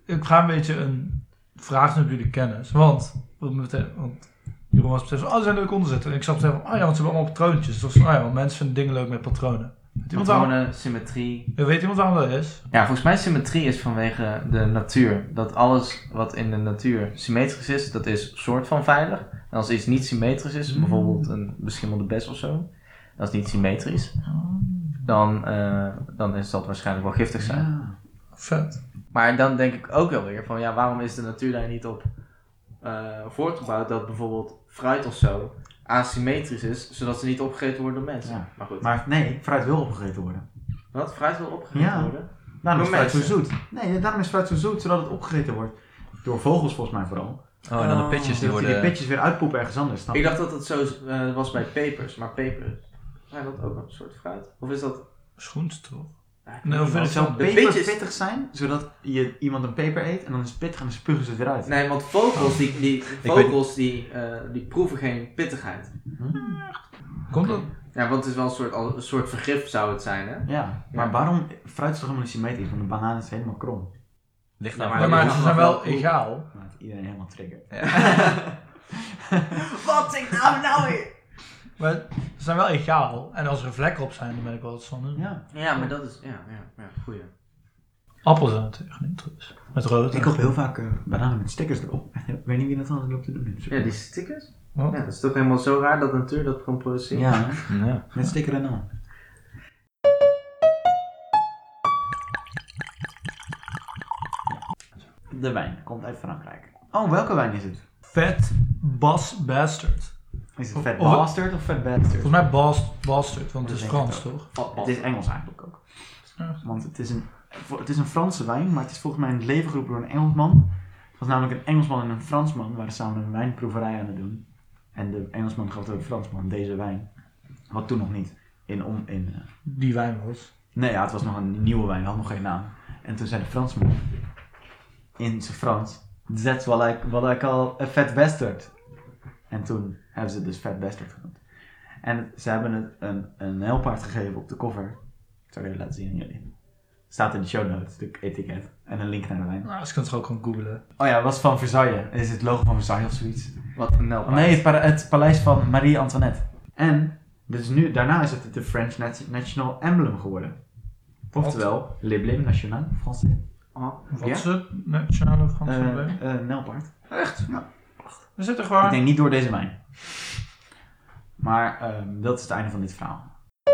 ik ga een beetje een vraag naar jullie kennis. Want Jeroen was meteen van, ze zijn leuk onderzetten. En ik zat meteen van, want ze hebben allemaal patroontjes. Dus dat was van, want mensen vinden dingen leuk met patronen. Patronen, symmetrie. Weet iemand waarom dat is? Ja, volgens mij symmetrie is vanwege de natuur. Dat alles wat in de natuur symmetrisch is, dat is soort van veilig. En als iets niet symmetrisch is, bijvoorbeeld een beschimmelde bes of zo, dat is niet symmetrisch, dan is dat waarschijnlijk wel giftig zijn. Ja. Vet. Maar dan denk ik ook wel weer van, waarom is de natuur daar niet op voortgebouwd dat bijvoorbeeld fruit of zo asymmetrisch is, zodat ze niet opgegeten worden door mensen. Ja. Maar goed. Maar nee, fruit wil opgegeten worden. Wat? Fruit wil opgegeten worden? Daarom is Door fruit zo mensen? zoet. Nee, daarom is fruit zo zoet, zodat het opgegeten wordt. Door vogels volgens mij vooral. Oh, en dan de pitjes die Dat worden... die pitjes weer uitpoepen ergens anders. Snap je? Ik dacht dat het zo was bij pepers, maar pepers, zijn dat ook een soort fruit? Of is dat... Schoens toch? Nee, of Het zou de peper pitjes- pittig zijn, zodat iemand een peper eet en dan is het pittig en dan spugen ze het weer uit. Nee, want vogels, die proeven geen pittigheid. Komt dat? Ja, want het is wel een soort vergif zou het zijn, hè? Ja, maar waarom? Fruit is toch helemaal niet symmetrisch, want een banaan is helemaal krom. Ligt Ja, aan maar- Ja, maar ze zijn wel egaal. Maakt iedereen helemaal trigger. Wat zeg nou weer? Maar ze zijn wel egaal. En als er vlekken op zijn, dan ben ik wel wat van. Ja. Ja, maar dat is... Ja, goeie. Appels zijn natuurlijk niet trouwens. Met rood. Ik koop heel vaak bananen met stickers erop. Ik weet niet wie dat anders loopt te doen. Ja, die stickers? Wat? Ja, dat is toch helemaal zo raar dat de natuur dat gewoon produceert? Ja, hè? Ja. Met sticker en al. De wijn komt uit Frankrijk. Oh, welke wijn is het? Fat Bas Bastard. Is het Fat Of- Bastard of Fat Bastard? Volgens mij Bastard, want het is Dat denk ik Frans toch? Het is Engels eigenlijk ook. Ja. Want het is een Franse wijn, maar het is volgens mij in het leven geroepen door een Engelsman. Het was namelijk een Engelsman en een Fransman waren samen een wijnproeverij aan het doen. En de Engelsman gaf de Fransman deze wijn. Had toen nog niet. Die wijn was. Nee, ja, het was nog een nieuwe wijn, had nog geen naam. En toen zei de Fransman in zijn Frans: That's what I call a fat bastard. En toen hebben ze het dus fat bastard genoemd. En ze hebben het een helpaard gegeven op de cover. Ik zal het even laten zien aan jullie. Staat in de show notes, het etiket. En een link naar de wijn. Nou, ze kunnen het ook gewoon googlen. Oh ja, het was van Versailles. Het is het logo van Versailles of zoiets. Wat een nelpaard. Oh nee, het paleis van Marie-Antoinette. En dus daarna is het de French National Emblem geworden. Oftewel, l'emblème national français. Oh, Wat ja? is het nationale Franse probleem? Nelpaard. Echt? Ja. We zitten Ik gewoon... denk niet door deze wijn. Maar dat is het einde van dit verhaal.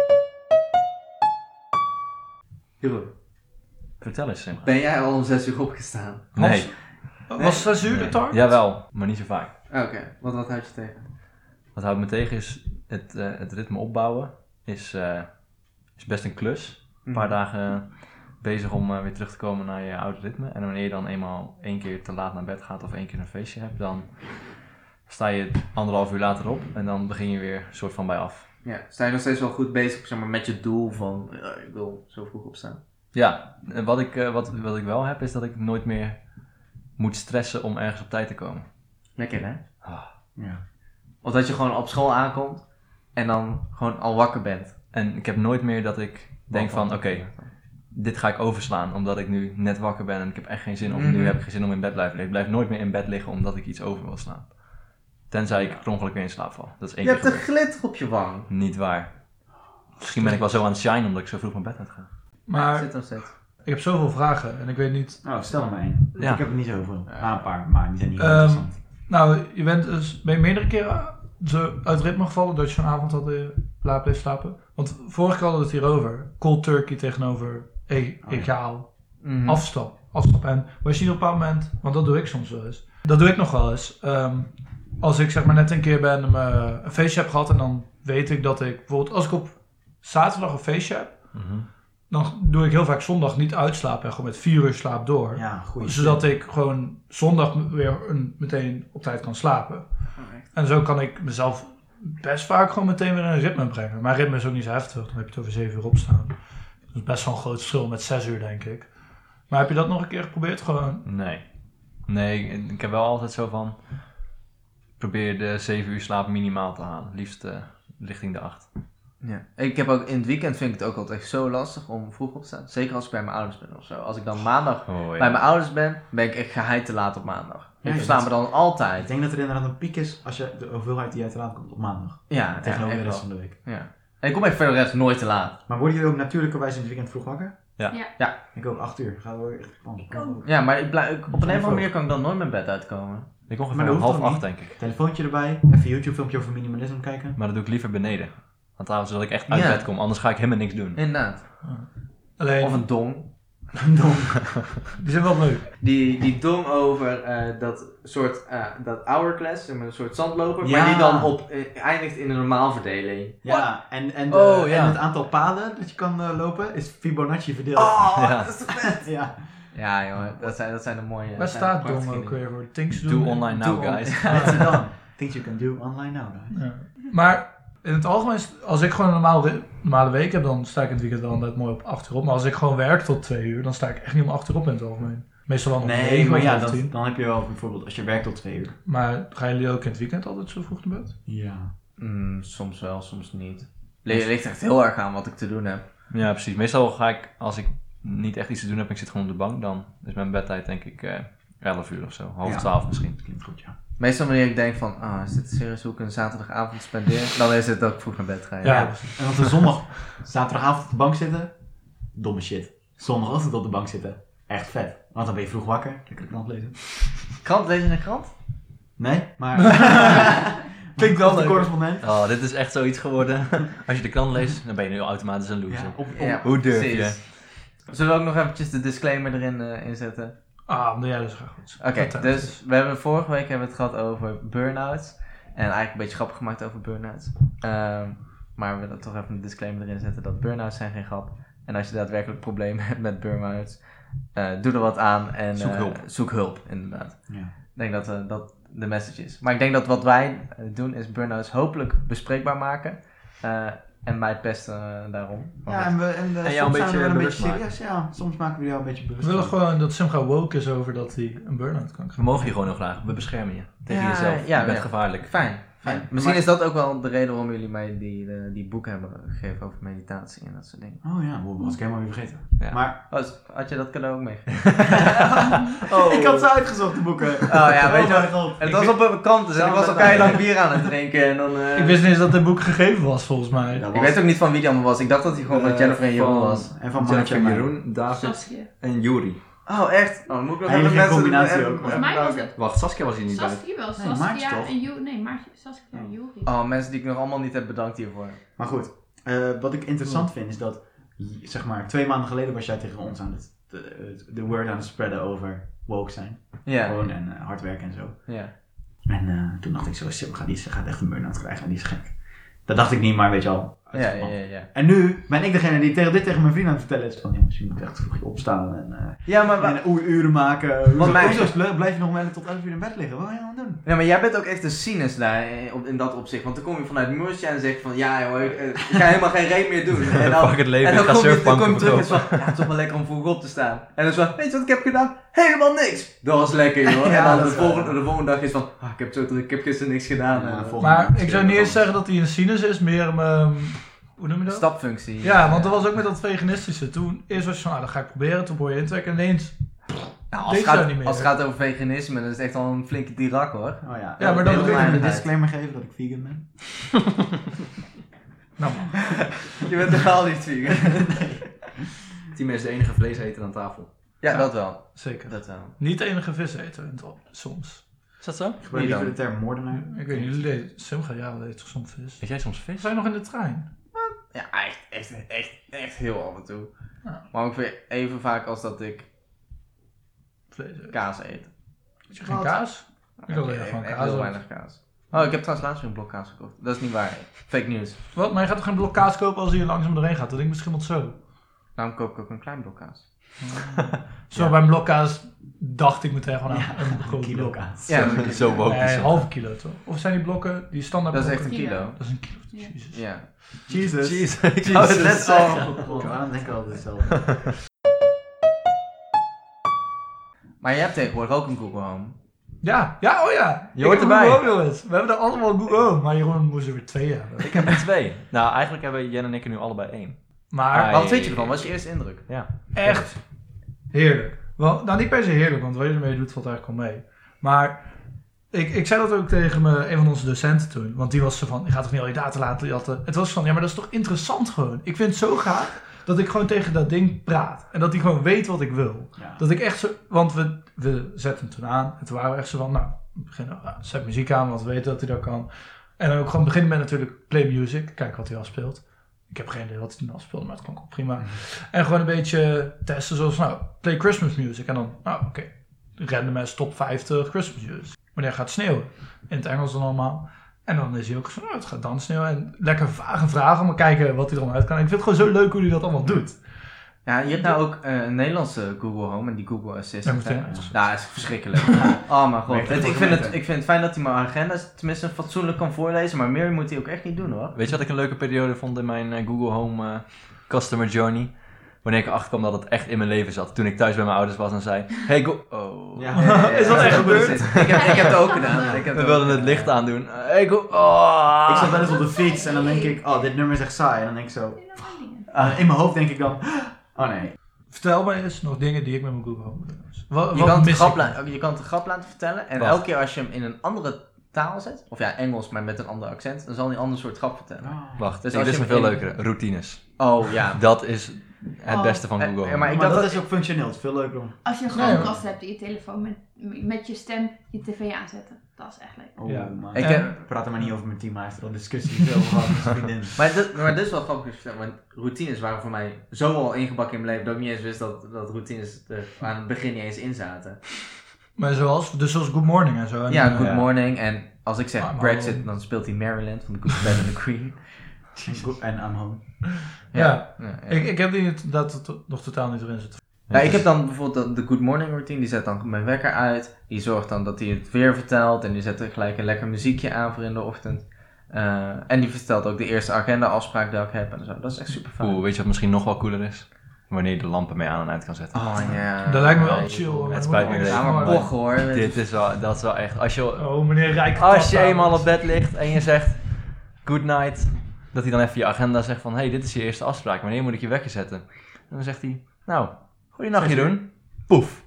Jeroen, Vertel eens, Sim. ben jij al om 6 uur opgestaan? Nee. Was 6 uur de taart? Jawel, maar niet zo vaak. Oké, wat houd je tegen? Wat houdt me tegen is het ritme opbouwen. Is best een klus. Een paar dagen bezig om weer terug te komen naar je oude ritme. En wanneer je dan eenmaal 1 keer te laat naar bed gaat of 1 keer een feestje hebt, dan sta je 1,5 uur later op en dan begin je weer soort van bij af. Ja, sta je nog steeds wel goed bezig zeg maar, met je doel van ik wil zo vroeg opstaan? Ja, en wat ik wel heb is dat ik nooit meer moet stressen om ergens op tijd te komen. Lekker hè? Ja. Of dat je gewoon op school aankomt en dan gewoon al wakker bent. En ik heb nooit meer dat ik denk van oké, dit ga ik overslaan omdat ik nu net wakker ben en ik heb echt geen zin om, nu heb ik geen zin om in bed blijven liggen. Ik blijf nooit meer in bed liggen omdat ik iets over wil slaan. Tenzij ik per ongeluk weer in slaap val. Dat is 1 Je keer hebt een gebeurd. glitter op je wang. Niet waar. Misschien ben ik wel zo aan het shine omdat ik zo vroeg mijn bed uit ga. Maar Zit nog steeds. ik heb zoveel vragen en ik weet niet... Nou, stel er maar één. Want Ja. Ik heb er niet zoveel. Ja, een paar, maar die zijn niet heel Ehm, interessant. Nou, ben je meerdere keren zo uit ritme gevallen dat je zo'n avond had laat bleef slapen? Want vorige keer hadden we het hierover. Cold turkey tegenover egaal. Mhm. Afstap. En was je niet op een bepaald moment, want dat doe ik soms wel eens. Dat doe ik nog wel eens. Als ik zeg maar net een keer een feestje heb gehad en dan weet ik dat ik bijvoorbeeld als ik op zaterdag een feestje heb, dan doe ik heel vaak zondag niet uitslapen en gewoon met 4 uur slaap door. Ja, goeie. Zodat ik gewoon zondag weer meteen op tijd kan slapen. Oh, echt? En zo kan ik mezelf best vaak gewoon meteen weer in een ritme brengen. Mijn ritme is ook niet zo heftig, dan heb je het over 7 uur opstaan. Dat is best wel een groot verschil met 6 uur, denk ik. Maar heb je dat nog een keer geprobeerd? Gewoon... Nee, ik heb wel altijd zo van, probeer de 7 uur slaap minimaal te halen. Liefst richting de 8. Ja. Ik heb ook in het weekend vind ik het ook altijd zo lastig om vroeg op te staan. Zeker als ik bij mijn ouders ben of zo. Als ik dan maandag bij mijn ouders ben ik echt geheid te laat op maandag. Ja, Ik ja, versta dat me is- dan altijd. Ik denk dat er inderdaad een piek is als je de hoeveelheid die uit te laat komt op maandag. Ja, Tegenover de echt rest wel. van de week. Ja. En ik kom echt verder rest nooit te laat. Maar worden jullie ook natuurlijkerwijs in het weekend vroeg wakker? Ja. Ja. Ik ook 8 uur. Gaat wel echt spannend. Ja, maar op een of andere manier kan ik dan nooit mijn bed uitkomen. Ik ongeveer Maar dat om hoeft toch 7:30 niet? denk ik. Telefoontje erbij, even YouTube filmpje over minimalisme kijken. Maar dat doe ik liever beneden. Want daarom zodat ik echt uit Ja. bed kom, anders ga ik helemaal niks doen. Inderdaad. Alleen, Of een dong. die zijn wel leuk. Die dong over dat soort, dat hourglass, zeg maar, een soort zandloper, Ja. maar die dan eindigt in een normaalverdeling. Ja, en Oh, ja. en het aantal paden dat je kan lopen is Fibonacci verdeeld. Ja. dat is toch vet? Ja. Ja jongen, dat zijn de mooie... Waar staat Dom ook weer voor? Things to Doe online now, guys. That's it done. Things you can do online now, guys. Ja. Maar in het algemeen, als ik gewoon een normale week heb, dan sta ik in het weekend wel net mooi op 8 uur op. Maar als ik gewoon werk tot 2 uur, dan sta ik echt niet om 8 uur op in het algemeen. Meestal wel om 9 Nee, maar of ja, half 10. dan heb je wel bijvoorbeeld als je werkt tot 2 uur. Maar gaan jullie ook in het weekend altijd zo vroeg naar bed? Ja. Soms wel, soms niet. Ligt echt heel erg aan wat ik te doen heb. Ja, precies. Meestal ga ik, als ik niet echt iets te doen heb en ik zit gewoon op de bank, dan is mijn bedtijd denk ik 11 uur of zo. Half 12 misschien. Klinkt goed, ja. Meestal wanneer ik denk van, is dit serieus hoe ik een zaterdagavond spendeer, dan is het dat ik vroeg naar bed ga. Ja. En op de zondag, zaterdagavond op de bank zitten, domme shit. Zondagochtend op de bank zitten, echt vet. Want dan ben je vroeg wakker, lekker de krant lezen. Krant, lees je een krant? Nee, maar... Klinkt wel Als de leuk. correspondent. Oh, dit is echt zoiets geworden. Als je de krant leest, dan ben je nu automatisch een loser. Ja, op, Ja, Hoe durf precies. je? Zullen we ook nog eventjes de disclaimer erin inzetten? Ah, nou ja, dat is graag goed. Oké, Vertel. dus we hebben vorige week hebben we het gehad over burn-outs. En eigenlijk een beetje grappig gemaakt over burn-outs. Maar we willen toch even een disclaimer erin zetten dat burn-outs zijn geen grap. En als je daadwerkelijk problemen hebt met burn-outs, doe er wat aan en Zoek hulp. Zoek hulp, inderdaad. Ja. Ik denk dat dat de message is. Maar ik denk dat wat wij doen is burn-outs hopelijk bespreekbaar maken. En mij pesten daarom. Ja, en jou soms een zijn we beetje wel een bewust beetje serieus. Ja, soms maken we jou een beetje We bewust. willen van. gewoon dat Simga woke is over dat hij een burn-out kan We krijgen. mogen je gewoon heel graag. We beschermen je. Tegen Ja, jezelf. ja, je bent ja. gevaarlijk. Fijn. Ja, Misschien maar- is dat ook wel de reden waarom jullie mij die boek hebben gegeven over meditatie en dat soort dingen. Oh ja, dat was ik helemaal weer vergeten. Ja. Maar Had je dat cadeau ook mee? ik had ze uitgezocht, de boeken. Oh ja, weet je mijn wat? god. En het was op een kant, dus ik was al keihard bier aan het drinken en dan... Ik wist niet eens dat dit boek gegeven was, volgens mij. Dat Ik weet ook niet van wie die allemaal was. Ik dacht dat hij gewoon met Jennifer en Jeroen was. En van Jennifer, Martje Jeroen, David Saskia. en Juri. Oh, echt? Oh, dan moet ik nog Hele even geen mensen... combinatie even- ook, even maar- Voor mij was bedanken. het Wacht, Saskia was hier niet bij. Saskia wel. Nee, Maartje Saskia toch? en Juri. Nee, Maartje, Saskia en Juri. Oh, mensen die ik nog allemaal niet heb bedankt hiervoor. Maar goed, wat ik interessant vind is dat, zeg maar, 2 maanden geleden was jij tegen ons aan het, de word aan het spreaden over woke zijn. Ja. Gewoon en hard werken en zo. Ja. En toen dacht ik zo, Simga, die gaat echt een burn-out krijgen en die is gek. Dat dacht ik niet, maar weet je al. Ja. En nu ben ik degene die dit tegen mijn vrienden aan het vertellen is van, jongens, je moet echt vroeg opstaan en, Ja, maar... uren maken. Want mij- Hoezo blijf je nog maar tot 11 uur in bed liggen? Wat wil je aan het doen? Ja, maar jij bent ook echt een cynisch daar in dat opzicht. Want dan kom je vanuit Murcia en zeg van ja joh, ik ga helemaal geen reet meer doen. En dan, Fuck het leven, en ik dan ga kom je surfbanken terug en verkopen. zo, ja, het is toch wel lekker om vroeg op te staan. En dan zo, weet je wat ik heb gedaan? Helemaal niks. Dat was lekker joh. Ja, En dan dat de is wel. volgende dag is van, ik heb zo druk, ik heb gisteren niks gedaan. Ja, En, volgende Maar dag ik zou niet eens zeggen dat hij een cynisch is, meer hoe noem je dat? stapfunctie. Ja, want dat was ook met dat veganistische. Toen eerst was je van, dat ga ik proberen, toen probeer je in te trekken en ineens... Nou, Deed zo niet meer. als het gaat over veganisme, dan is het echt wel een flinke dirak hoor. Oh ja, Ja, maar dan wil ik wil je even het een uit. disclaimer geven dat ik vegan ben. Nou, Je bent totaal niet vegan. Timo is de enige vleeseter aan tafel. Ja, dat wel. zeker. Dat wel. Niet de enige viseter, soms. Is dat zo? Ik gebruik Wie liever dan? de term moordenaar. Ik weet niet, jullie deden, Simga, ja, dat deed toch soms vis? Eet jij soms We vis? zijn nog in de trein. Ja, echt heel af en toe. Ja. Maar ongeveer even vaak als dat ik Vlees eten. kaas eet. Eet je geen kaas? Ik wil echt, gewoon echt kaas heel ook. weinig kaas. Oh, ik heb trouwens laatst weer een blok kaas gekocht. Dat is niet waar. Fake news. Wat? Maar je gaat toch geen blok kaas kopen als hij langzaam doorheen gaat? Dat ding beschimmelt zo. Daarom koop ik ook een klein blok kaas. Zo, bij een blok kaas dacht ik meteen gewoon aan Ja, een groot kilo blok. kaas. Ja, Zo woke Nee, is een het. halve kilo toch? Of zijn die blokken, die standaard dat is echt blokken? een kilo. Dat is een kilo, Ja. jezus. Ja. Jesus. Jeez, ik zou het net zeggen. Waarom denk ik altijd hetzelfde? Maar je hebt tegenwoordig ook een Google Home. Ja, oh ja. Je hoort Ik heb erbij. Google Home, jongens. We hebben er allemaal Google Home, maar Jeroen moest er weer 2 hebben. Ik heb er 2. Nou, eigenlijk hebben Jen en ik er nu allebei 1. Maar Ah, Wat vind je ervan? Wat is je eerste indruk? Ja. echt heerlijk. Wel, nou, niet per se heerlijk, want wat je ermee doet valt eigenlijk wel mee. Maar ik zei dat ook tegen een van onze docenten toen. Want die was zo van, je gaat toch niet al je data laten jatten? Het was van, ja, maar dat is toch interessant gewoon. Ik vind het zo gaaf dat ik gewoon tegen dat ding praat. En dat hij gewoon weet wat ik wil. Ja. Dat ik echt zo, want we zetten hem toen aan. En toen waren we echt zo van, nou, we beginnen, zet muziek aan, want we weten dat hij dat kan. En dan ook gewoon beginnen met natuurlijk play music. Kijk wat hij afspeelt. Ik heb geen idee wat hij nou afspeelde, maar het klonk ook prima. En gewoon een beetje testen zoals, nou, play Christmas music. En dan, nou, oké. Random as top 50 Christmas music. Wanneer gaat het sneeuwen? In het Engels dan allemaal. En dan is hij ook zo, nou, het gaat dan sneeuwen. En lekker vage vragen, maar kijken wat hij er allemaal uit kan. En ik vind het gewoon zo leuk hoe hij dat allemaal doet. Ja, je hebt nou ook een Nederlandse Google Home en die Google Assistant. Ja, hè? meteen. Ja, dat is verschrikkelijk. Oh mijn god. Nee, Ik vind het fijn dat hij mijn agenda tenminste fatsoenlijk kan voorlezen, maar meer moet hij ook echt niet doen hoor. Weet je wat ik een leuke periode vond in mijn Google Home Customer Journey? Wanneer ik erachter kwam dat het echt in mijn leven zat. Toen ik thuis bij mijn ouders was en zei, hey Oh. Ja. Is dat echt gebeurd? Ik heb het ook gedaan. We wilden het licht aandoen. Hey Oh. Ik zat wel eens op de fiets en dan denk ik, oh, dit nummer is echt saai. En dan denk ik zo, Doe nog maar dingen. in mijn hoofd denk ik dan, oh nee. Vertel me eens nog dingen die ik met mijn Google Home doe. Wat Je kan, mis ik? je kan het een grap laten vertellen en Wacht. elke keer als je hem in een andere taal zet, of ja Engels maar met een ander accent, dan zal hij een ander soort grap vertellen. Wacht, Dus dit als is je een veel hem in- leukere. Routines. Oh ja. Dat is het beste van Ja, Google Home. maar ik Maar dacht dat dat is ook functioneel, het is veel leuker om... Als je een Nee, Chromecast hebt in je telefoon met je stem je tv aanzetten. Dat is echt leuk. Oh Ja. man. Ik Ik heb- praat er maar niet over met team, maar hij heeft er al discussies over gehad met zijn vriendin. Maar dit is wel grappig te vertellen, want routines waren voor mij zo al ingebakken in mijn leven dat ik niet eens wist dat routines er aan het begin niet eens in zaten. Maar zoals Good Morning en zo. En, Ja, Good ja. Morning en als ik zeg Maar- Brexit, dan speelt hij Maryland van The Good, Bad and the Queen. En I'm home. Ja. Ja. Ik heb die dat nog totaal niet erin zitten. Ja, ik heb dan bijvoorbeeld de Good Morning routine, die zet dan mijn wekker uit. Die zorgt dan dat hij het weer vertelt en die zet er gelijk een lekker muziekje aan voor in de ochtend. En die vertelt ook de eerste agenda afspraak die ik heb en zo. Dat is echt super fijn. Weet je wat misschien nog wel cooler is? Wanneer je de lampen mee aan en uit kan zetten. Oh ja. Dat lijkt me wel Ja, chill. hoor. het spijt me Ja, Ja, maar poch hoor. Dat is wel echt. Oh, meneer Rijk. Als je eenmaal op bed ligt en je zegt good night, dat hij dan even je agenda zegt van hey, dit is je eerste afspraak, wanneer moet ik je wekker zetten? En dan zegt hij, nou, goeienachtje doen. Poef.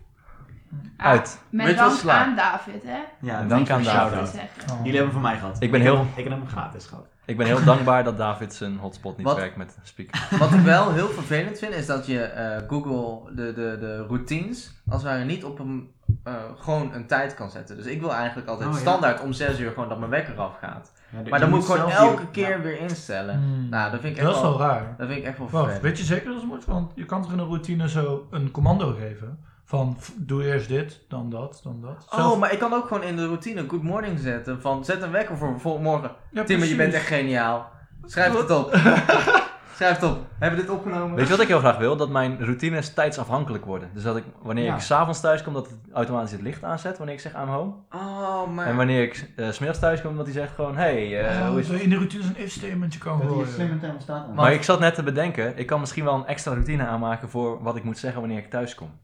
Uit. Met Weet je wat dank slaap? aan David, hè? Ja, En dank dan kan voor David. shout-out. Zeggen. Jullie hebben hem van mij gehad. Ik ben heel- Ik heb hem gratis gehad. Ik ben heel dankbaar dat David zijn hotspot niet Wat? werkt met speaker. Wat ik wel heel vervelend vind, is dat je Google de routines, als het ware niet op gewoon een tijd kan zetten. Dus ik wil eigenlijk altijd Oh, ja. standaard om 6 uur gewoon dat mijn wekker afgaat. Ja, Maar dan moet ik gewoon elke Ja. keer weer instellen. Hmm. Nou, dat vind ik echt Dat is wel raar. Dat vind ik echt wel Wacht, vervelend. weet je zeker dat het moet? Want je kan toch in een routine zo een commando geven? Van doe eerst dit, dan dat, dan dat. Oh, maar ik kan ook gewoon in de routine good morning zetten. Van zet een wekker voor morgen. Ja, Timmer, je precies. bent echt geniaal. Schrijf het op. Schrijf het op. Hebben we dit opgenomen? Weet je wat ik heel graag wil? Dat mijn routines tijdsafhankelijk worden. Dus dat ik, wanneer Ja. ik s'avonds thuis kom, dat het automatisch het licht aanzet wanneer ik zeg I'm home. Oh, maar... En wanneer ik 's middags thuis kom, dat hij zegt gewoon hey, hoe is Zo het? in de routine een if-statementje kan Dat hij gooien. slim en thermostaat staat. Maar ik zat net te bedenken, ik kan misschien wel een extra routine aanmaken voor wat ik moet zeggen wanneer ik thuis kom.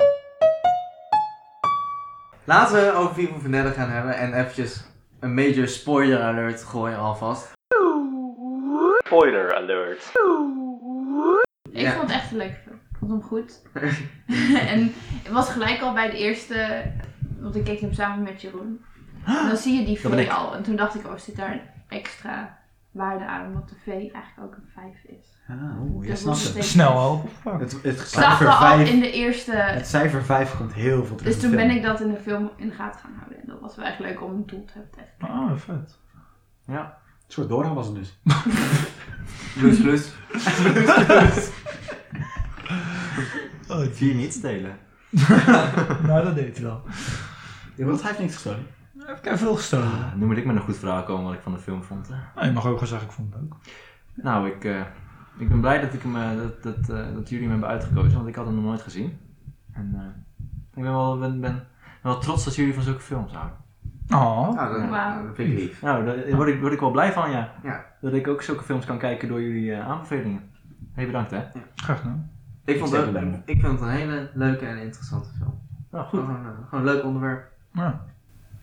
Laten we over Vivo Vendetta gaan hebben en eventjes een major spoiler alert gooien alvast. Spoiler alert. Ik Ja. vond het echt een leuke film. Ik vond hem goed. En het was gelijk al bij de eerste, want ik keek hem samen met Jeroen. En dan zie je die Dat ben V ik. al. En toen dacht ik, oh, zit daar een extra waarde aan, omdat de V eigenlijk ook een 5 is. Oeh, jij Dat snapt was het. steeds- Snel al. Het Ik zag cijfer er al 5, in de eerste, het cijfer 5 komt heel veel terug. dus in toen de ben film. ik dat in de film in de gaten gaan houden. En dat was wel echt leuk om een doel te hebben. Te kijken. Ah, vet. Ja, een soort Dora was het dus. Plus. Oh, 4 niet stelen. nou, dat deed hij wel. Want hij heeft niks gestolen. Heb ik even veel gestolen. Nu moet ik met een goed verhaal komen wat ik van de film vond. Hè. Nou, je mag ook wel zeggen, ik vond het leuk. Nou, ik ben blij dat, dat jullie hem hebben uitgekozen, want ik had hem nog nooit gezien. En ik ben wel trots dat jullie van zulke films houden. Oh. Nou, Wauw. dat vind ik lief. Nou, daar word ik wel blij van, ja. Ja. Dat ik ook zulke films kan kijken door jullie aanbevelingen. Hey, bedankt hè. Graag gedaan. Ik vond Zeker. het een hele leuke en interessante film. Nou, goed. Gewoon een leuk onderwerp. Ja.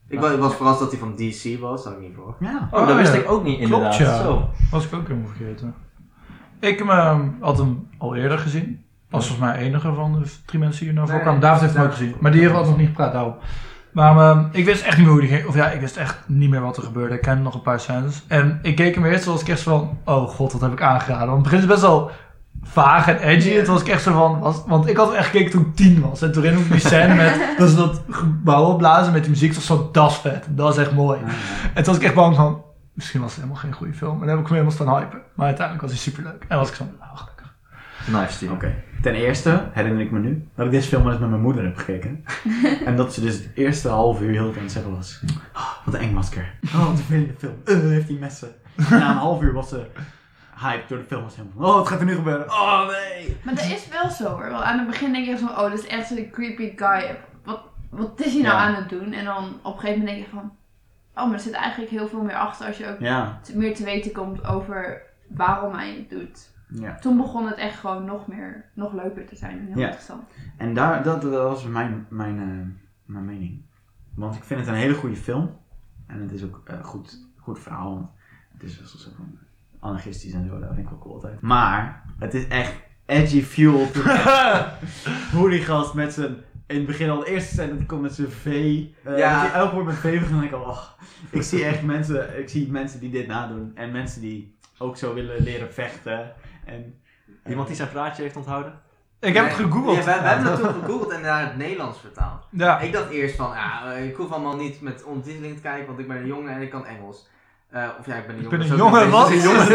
Ik was verrast dat hij van DC was, dat had ik niet voor. Ja. Oh, dat wist ja. ik ook niet inderdaad. Klopt, ja. Zo. Was ik ook helemaal vergeten. Ik had hem al eerder gezien. Als volgens mij enige van de 3 mensen die hier naar voren kwamen. David heeft hem ook gezien. Maar die heeft altijd nog niet gepraat, daarom. Maar ik wist echt niet meer hoe die ging. Of ja, ik wist echt niet meer wat er gebeurde. Ik kende nog een paar scènes. En ik keek hem eerst zoals ik echt van... Oh god, wat heb ik aangeraden. Want het begin is best wel vaag en edgy. Het was ik echt zo van... Want ik had hem echt gekeken toen ik 10 was. En toen herinner ik me die scène met... Dat ze dat gebouw opblazen met die muziek. Dat was zo dasvet. Dat was echt mooi. En toen was ik echt bang van... Misschien was het helemaal geen goede film. En dan heb ik me helemaal staan hypen. Maar uiteindelijk was hij superleuk. En was ik zo... Oh, gelukkig. Nice, Steven. Oké. Ten eerste herinner ik me nu dat ik deze film wel eens met mijn moeder heb gekeken. En dat ze dus het eerste half uur heel de tijd aan het zeggen was... Oh, wat een eng masker. Oh, wat een vervelende film. Heeft die messen. En na een half uur was ze hyped door de film. Was helemaal van, oh, wat gaat er nu gebeuren? Oh, nee. Maar dat is wel zo hoor. Want aan het begin denk je echt van, oh, dat is echt zo'n creepy guy. Wat is hij nou aan het doen? En dan op een gegeven moment denk je van... Oh, maar er zit eigenlijk heel veel meer achter als je ook meer te weten komt over waarom hij het doet. Ja. Toen begon het echt gewoon nog leuker te zijn en heel interessant. En dat was mijn mening. Want ik vind het een hele goede film. En het is ook goed verhaal. Want het is wel zo van anarchistisch en zo. Dat vind ik wel cool altijd. Maar het is echt edgy fuel. Hoe die gast met zijn... In het begin al de eerste scène dat hij komt met zijn V. Dat hij elk woord met V begint. En denk ik al... Oh, ik zie echt mensen die dit nadoen. En mensen die ook zo willen leren vechten. En Iemand die zijn praatje heeft onthouden? Ik heb het gegoogeld. Ja, wij hebben het toen gegoogeld en naar het Nederlands vertaald. Ja. Ik dacht eerst van, ik hoef allemaal niet met ondertiteling te kijken, want ik ben een jongen en ik kan Engels. Of ja, ik ben een jongen. Ik ben een jongen, wat?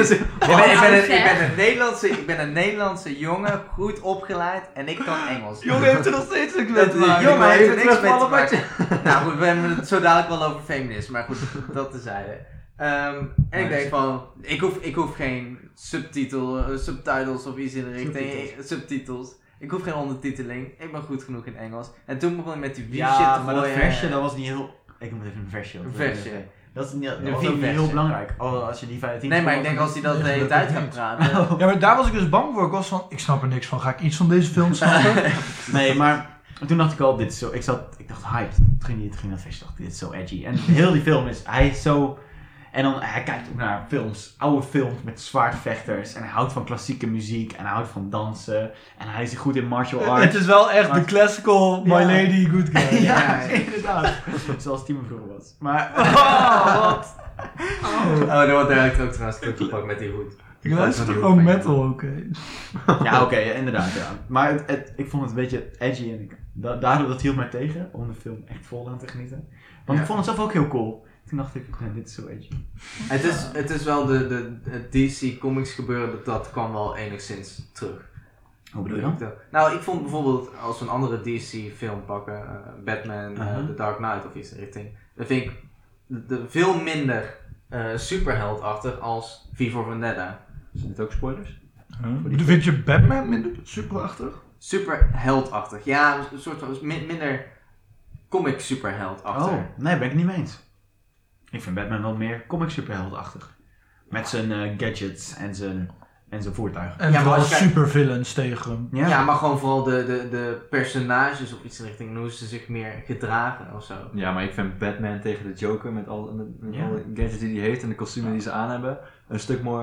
Ik ben een Nederlandse jongen, goed opgeleid en ik kan Engels. Jongen heeft er nog steeds niks mee te maken. Jongen heeft er niks mee te Terugvallen maken. Nou goed, we hebben het zo dadelijk wel over feminisme, maar goed, dat tezijde. En ik denk van, ik hoef geen subtitles of iets in de richting, subtitels. Ik hoef geen ondertiteling, ik ben goed genoeg in Engels. En toen begon ik met die shit te gooien. maar dat versje, dat was niet heel... Ik moet even een versje. Een versje. Dat is niet, Een dat was ook niet versje. heel belangrijk. Als je die 15 Nee, maar ik denk als hij dat de hele tijd gaat praten. Ja, maar daar was ik dus bang voor. Ik was van, ik snap er niks van. Ga ik iets van deze film snappen? Nee, maar toen dacht ik al, dit is zo... Ik dacht hyped. Toen ging dat versje, dacht ik, dit is zo edgy. En heel die film hij is zo... En dan, hij kijkt ook naar films, oude films met zwaardvechters. En hij houdt van klassieke muziek. En hij houdt van dansen. En hij is goed in martial arts. Het is wel echt de classical My Lady Good Guy. Ja, inderdaad. Zoals Timo vroeger was. Maar... Wat? Oh, daar wordt eigenlijk ook trouwens teruggepakt met die hoed. Ik luister gewoon metal, oké. Ja, oké, inderdaad. Ja. Maar ik vond het een beetje edgy. En daardoor dat hield mij tegen om de film echt vol aan te genieten. Want ik vond het zelf ook heel cool. Toen dacht ik, dit is zo edgy. Het is wel het DC Comics gebeuren, dat kwam wel enigszins terug. Hoe bedoel je dan? Nou, ik vond bijvoorbeeld, als we een andere DC film pakken, Batman, The Dark Knight of iets in richting, dan vind ik veel minder superheldachtig als V for Vendetta. Zijn dit ook spoilers? Vind je Batman minder superachtig? Superheldachtig, ja, een soort van minder comic superheldachtig. Oh, nee, ben ik niet mee eens. Ik vind Batman wel meer comic superheldachtig. Met zijn gadgets en zijn voertuigen. En Ja, maar vooral als je kijkt- supervillains tegen hem. Ja, maar gewoon vooral de personages of iets in richting, hoe ze zich meer gedragen of zo. Ja, maar ik vind Batman tegen de Joker met alle gadgets die hij heeft en de kostuums die ze aan hebben een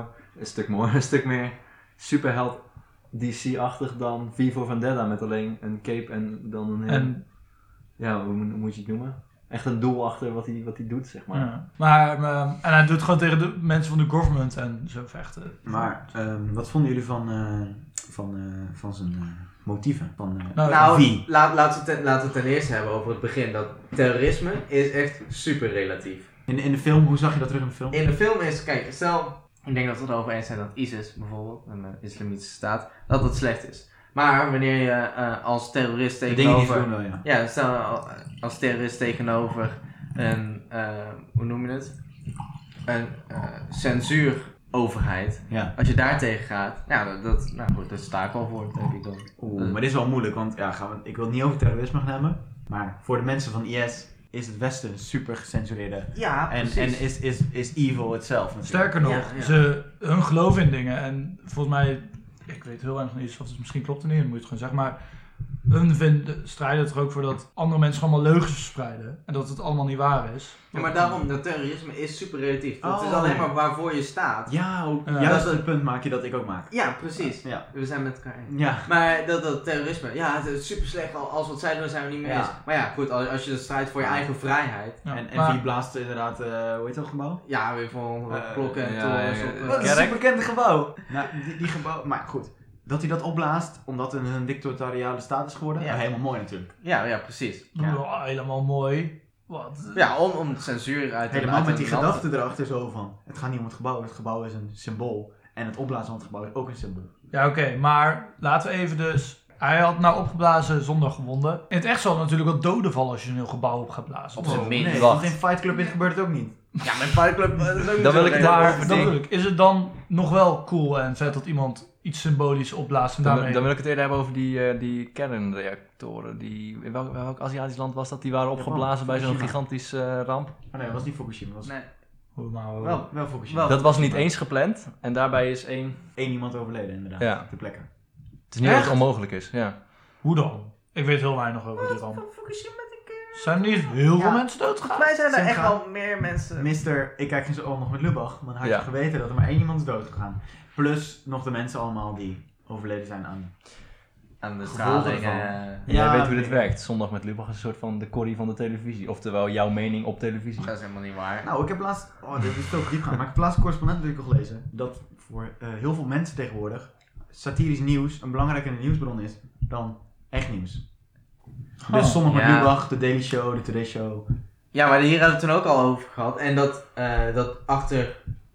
stuk meer superheld DC-achtig dan V for Vendetta met alleen een cape en dan een En, ja, hoe moet je het noemen? Echt een doel achter wat hij doet, zeg maar. ja. Maar en hij doet gewoon tegen de mensen van de government en zo vechten. Maar wat vonden jullie van zijn motieven? Nou, wie? laten we het ten eerste hebben over het begin. Dat terrorisme is echt super relatief. In de film, hoe zag je dat terug in de film? In de film is, kijk, stel, ik denk dat we het erover eens zijn dat ISIS bijvoorbeeld, een islamitische staat, dat het slecht is. Maar wanneer je als terrorist tegenover... wel, ja. Ja, stel als terrorist tegenover een, hoe noem je het? Een censuuroverheid. Ja. Als je daar tegen gaat, ja, daar sta ik wel voor, denk ik dan. Maar dit is wel moeilijk, want ik wil het niet over terrorisme gaan hebben. Maar voor de mensen van IS is het Westen super gecensureerde. Ja, En is evil itself natuurlijk. Sterker nog, Ja. hun geloof in dingen en volgens mij, ik weet heel weinig van iets, of het misschien klopt er niet, dan moet je het gewoon zeggen, maar hun strijden er ook voor dat andere mensen allemaal leugens verspreiden. En dat het allemaal niet waar is. Ja, maar daarom, dat terrorisme is super relatief. Het is alleen maar waarvoor je staat. Ja, juist het punt maak je dat ik ook maak. Ja, precies. Ja. We zijn met elkaar eens. Ja. Maar dat terrorisme, ja, het is super slecht. Als wat zij doen, zijn we niet mee eens. Maar ja, goed, als je strijdt voor je eigen vrijheid. Ja, En wie blaast inderdaad, hoe heet dat gebouw? Ja, weer van klokken en ja, torens. ja, Wat een kerk. superbekende gebouw. Nou, die gebouw, maar goed. Dat hij dat opblaast, omdat het een dictatoriale staat is geworden. Ja. Helemaal mooi natuurlijk. Ja, precies. Ja. Oh, helemaal mooi. Wat? Ja, om censuur uit Helemaal met die land te- gedachte erachter zo van. Het gaat niet om het gebouw is een symbool. En het opblazen van het gebouw is ook een symbool. Ja, oké, maar laten we even dus... Hij had nou opgeblazen zonder gewonden. In het echt zal er natuurlijk wel doden vallen als je een heel gebouw op gaat blazen. Op zijn minst. Nee, Wacht. want in Fight Club gebeurt het ook niet. Ja, mijn Fight Club is ook niet Dan wil zo ik het redelijk. daar- Maar dan bedoel ik, is het dan nog wel cool en vet dat iemand iets symbolisch opblaast en daarmee... Dan wil ik het eerder hebben over die kernreactoren. In welk Aziatisch land was dat? Die waren opgeblazen bij zo'n Fukushima. gigantisch ramp. Oh nee, dat was niet Fukushima. Dat was Nee. wel Fukushima. Wel. Dat was niet eens gepland. En daarbij is één... Eén iemand overleden inderdaad. Ja. Ter plekke. Het is niet dat Echt? het onmogelijk is. Ja. Hoe dan? Ik weet heel weinig over die ramp. Fukushima, Zijn er niet heel veel Ja. mensen doodgegaan? Volgens mij zijn er Zijn echt gaan- wel meer mensen. Mister, ik kijk eens nog met Lubach. Dan had je Ja. geweten dat er maar één iemand is doodgegaan. Plus nog de mensen allemaal die overleden zijn aan... Aan de Gevolgen straling. ervan. En Ja, jij weet hoe dit nee. werkt. Zondag met Lubach is een soort van de Corrie van de televisie. Oftewel jouw mening op televisie. Dat is helemaal niet waar. Nou, ik heb laatst... Oh, dit is ook diep gaan. Maar ik heb laatst een correspondentenartikel gelezen. Dat voor heel veel mensen tegenwoordig satirisch nieuws een belangrijkere nieuwsbron is dan echt nieuws. Dus Zondag met Ja. Lubach, de Daily Show, de Today Show. Ja, maar hier hebben we het toen ook al over gehad. En dat achter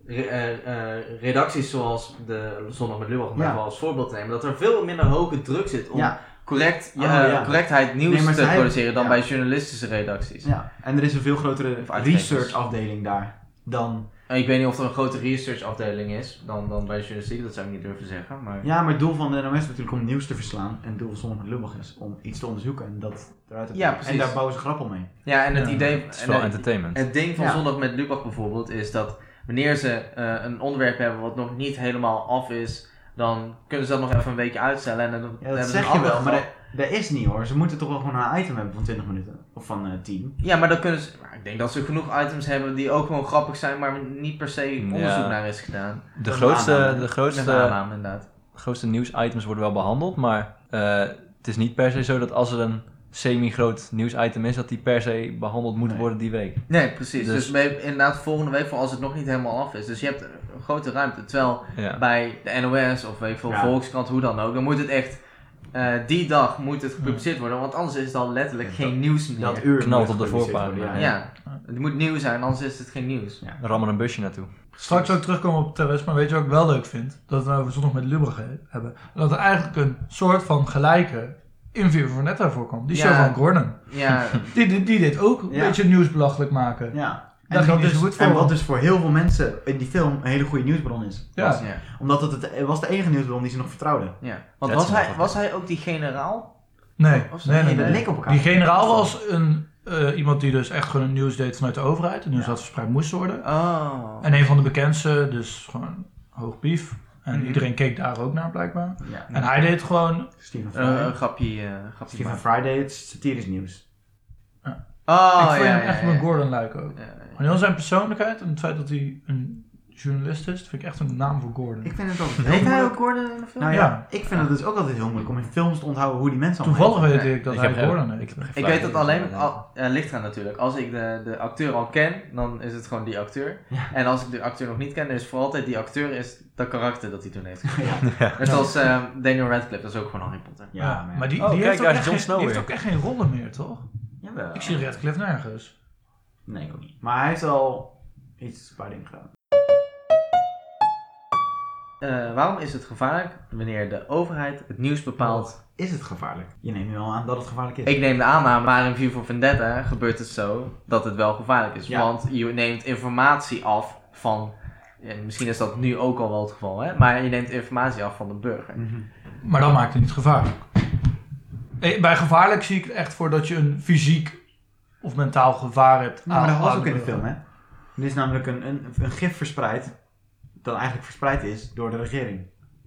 redacties zoals de Zondag met Lubach, om Ja. even als voorbeeld te nemen, dat er veel minder hoge druk zit om Ja. correctheid nieuws Nee, maar te zij- produceren dan ja. bij journalistische redacties. Ja. En er is een veel grotere Of uitgevers. research afdeling daar dan... En ik weet niet of er een grote research afdeling is dan bij journalistiek, dat zou ik niet durven zeggen. Maar... Ja, maar het doel van de NOS is natuurlijk om nieuws te verslaan. En het doel van Zondag met Lubach is om iets te onderzoeken en dat eruit te Ja, trekken. precies. En daar bouwen ze grappel mee. Ja, en het Ja, idee... Het is en wel het- entertainment. Het ding van Ja. Zondag met Lubach bijvoorbeeld is dat wanneer ze een onderwerp hebben wat nog niet helemaal af is, dan kunnen ze dat nog even een weekje uitstellen en dan Ja, hebben dat ze zeg een je ander wel, maar geval. dat is niet hoor. Ze moeten toch wel gewoon een item hebben van 20 minuten. Of van 10. Ja, maar dan kunnen ze... maar ik denk dat ze genoeg items hebben die ook gewoon grappig zijn, maar niet per se onderzoek Ja. naar is gedaan. De Dat grootste, is een de Met grootste, aanname inderdaad. grootste nieuwsitems worden wel behandeld, maar het is niet per se zo dat als er een semi-groot nieuwsitem is, dat die per se behandeld moet Nee. worden die week. Nee, precies. Dus- Dus inderdaad volgende week voor als het nog niet helemaal af is. Dus je hebt een grote ruimte. Terwijl Ja. bij de NOS of weet ik veel, Ja. Volkskrant, hoe dan ook, dan moet het echt... die dag moet het gepubliceerd worden, want anders is het al letterlijk Ja, geen nieuws meer. Dat uur Knalt moet op de gepubliceerd voorpagina, worden, Ja, het moet nieuw zijn, anders is het geen nieuws. Ja. Rammen een busje naartoe. Straks ook terugkomen op terrorisme, maar weet je wat ik wel leuk vind? Dat we het over Zondag met Lubach hebben. Dat er eigenlijk een soort van gelijke in V voor Netto voorkomt. Die Ja. show van Gordon. Ja, Die deed ook een Ja. beetje nieuws belachelijk maken. Ja. Daar En, ging dat hij dus, zo goed voor. en wat dus voor heel veel mensen in die film een hele goede nieuwsbron is. Ja. Was. ja. Omdat het was de enige nieuwsbron die ze nog vertrouwden. Ja. Want Dat is wel was hij ook die generaal? Nee, Of nee, nee, dat nee. leek op elkaar. Die generaal was iemand die dus echt gewoon een nieuws deed vanuit de overheid. En nieuws dat verspreid moest worden. Oh. En een van de bekendste, dus gewoon hoog pief. En Mhm. iedereen keek daar ook naar blijkbaar. Ja. En hij deed gewoon... Stephen Fry. Een grapje Stephen maken. Friday, het is satirisch nieuws. Oh, ik vind ja, hem ja, echt ja. met Gordon lijken ook. Ja, ja. Maar heel zijn persoonlijkheid en het feit dat hij een journalist is, dat vind ik echt een naam voor Gordon. Ik vind het ook Heet heel hij moeilijk. ook Gordon in de film? Nou ja, Ja. ik vind het dus ook altijd heel moeilijk om in films te onthouden hoe die mensen allemaal Toevallig heten. weet ik dat Ik hij heb geen- Gordon heet. ik heb geen Ik flauw weet dat idee. alleen, ligt eraan natuurlijk. Als ik de acteur al ken, dan is het gewoon die acteur. Ja. En als ik de acteur nog niet ken, dan is voor altijd die acteur is dat karakter dat hij toen heeft. Ja. Net als Daniel Radcliffe, dat is ook gewoon Harry Potter. Ja, maar die, Oh, die, kijk, heeft, ook daar is echt Jon geen, Snow die heeft weer. ook echt geen rollen meer, toch? Jawel. Ik zie Radcliffe nergens. Nee, ik ook niet. Maar hij heeft al iets, een paar dingen gedaan. Waarom is het gevaarlijk wanneer de overheid het nieuws bepaalt? Is het gevaarlijk? Je neemt nu al aan dat het gevaarlijk is. Ik neem de aanname, maar in V for Vendetta gebeurt het zo dat het wel gevaarlijk is. Ja. Want je neemt informatie af van, en misschien is dat nu ook al wel het geval, hè? Maar je neemt informatie af van de burger. Mhm. Maar dat maakt het niet gevaarlijk. Bij gevaarlijk zie ik het echt voor dat je een fysiek of mentaal gevaar hebt. Nou, maar dat was aan ook in de burger. film, hè? Er is namelijk een gif verspreid, dat eigenlijk verspreid is door de regering.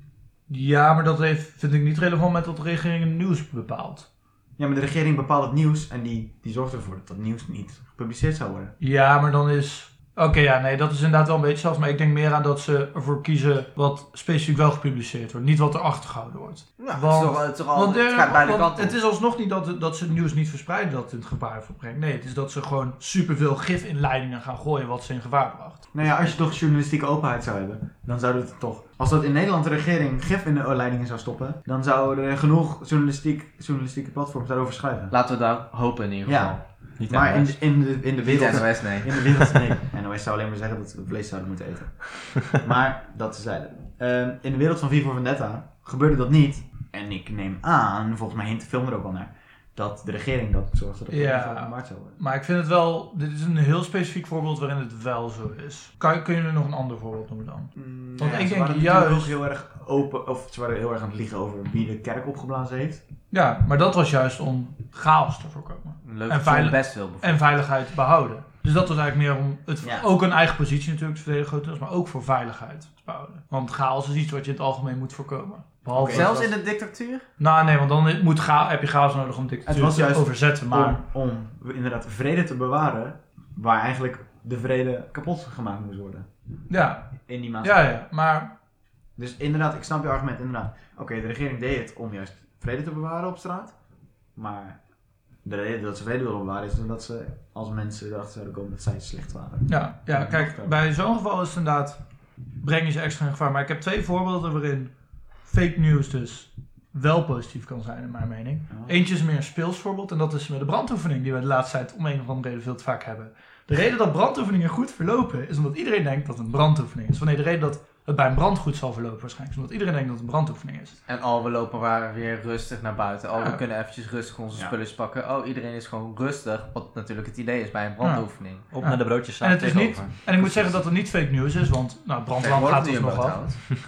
Ja, maar dat vind ik niet relevant met wat de regering het nieuws bepaalt. Ja, maar de regering bepaalt het nieuws en die zorgt ervoor dat dat nieuws niet gepubliceerd zou worden. Ja, maar dan is... Oké, ja, nee, dat is inderdaad wel een beetje zelfs. Maar ik denk meer aan dat ze ervoor kiezen wat specifiek wel gepubliceerd wordt. Niet wat er achtergehouden wordt. Ja, Want- het gaat beide kanten op. het is alsnog niet dat ze het nieuws niet verspreiden dat het in gevaar brengt. Nee, het is dat ze gewoon superveel gifinleidingen gaan gooien wat ze in gevaar bracht. Nou ja, als je toch journalistieke openheid zou hebben, dan zou het toch... Als dat in Nederland de regering gif in de leidingen zou stoppen, dan zouden er genoeg journalistieke platforms daarover schrijven. Laten we daar hopen in ieder Ja. geval. Niet Maar NOS. in de Niet wereld... NOS, nee. In de wereld, nee. NOS zou alleen maar zeggen dat we vlees zouden moeten eten. Maar, dat tezijde. In de wereld van V voor Vendetta gebeurde dat niet. En ik neem aan, volgens mij hint de film er ook al naar, dat de regering dat zorgde dat het Ja. niet openbaar zou worden. Maar ik vind het wel... Dit is een heel specifiek voorbeeld waarin het wel zo is. Kun je er nog een ander voorbeeld noemen dan? Want ik ze denk waren juist- natuurlijk ook heel erg open, of ze waren heel erg aan het liegen over wie de kerk opgeblazen heeft. Ja, maar dat was juist om chaos te voorkomen. Leuk En film best veel bijvoorbeeld. En veiligheid te behouden. Dus dat was eigenlijk meer om het Ja. ook een eigen positie natuurlijk te verdedigen, grotendeels, maar ook voor veiligheid te behouden. Want chaos is iets wat je in het algemeen moet voorkomen. Behalve Zelfs in de dictatuur? Nou nee, want dan heb je chaos nodig om dictatuur Het was te juist overzetten. Maar Om inderdaad vrede te bewaren, waar eigenlijk de vrede kapot gemaakt moest worden. ja, In die maatschappij. ja, maar Dus inderdaad, ik snap je argument inderdaad. Oké, de regering deed het om juist vrede te bewaren op straat. Maar de reden dat ze vrede wilden bewaren is omdat ze als mensen erachter zouden komen dat zij slecht waren. ja, kijk, bij zo'n geval is het inderdaad, breng je ze extra in gevaar. Maar ik heb 2 voorbeelden waarin fake news dus wel positief kan zijn in mijn mening. Ja. Eentje is meer een speels voorbeeld en dat is met de brandoefening die we de laatste tijd om een of andere reden veel te vaak hebben. De reden dat brandoefeningen goed verlopen is omdat iedereen denkt dat het een brandoefening is. Wanneer de reden dat het bij een brand goed zal verlopen waarschijnlijk is omdat iedereen denkt dat het een brandoefening is. En we lopen waar weer rustig naar buiten. Ja. We kunnen eventjes rustig onze Ja. spullen pakken. Iedereen is gewoon rustig. Wat natuurlijk het idee is bij een brandoefening. Op Ja. naar de broodjes En het is niet, tegenover. en ik moet zeggen dat het niet fake news is, want brandalarm gaat dus nog af.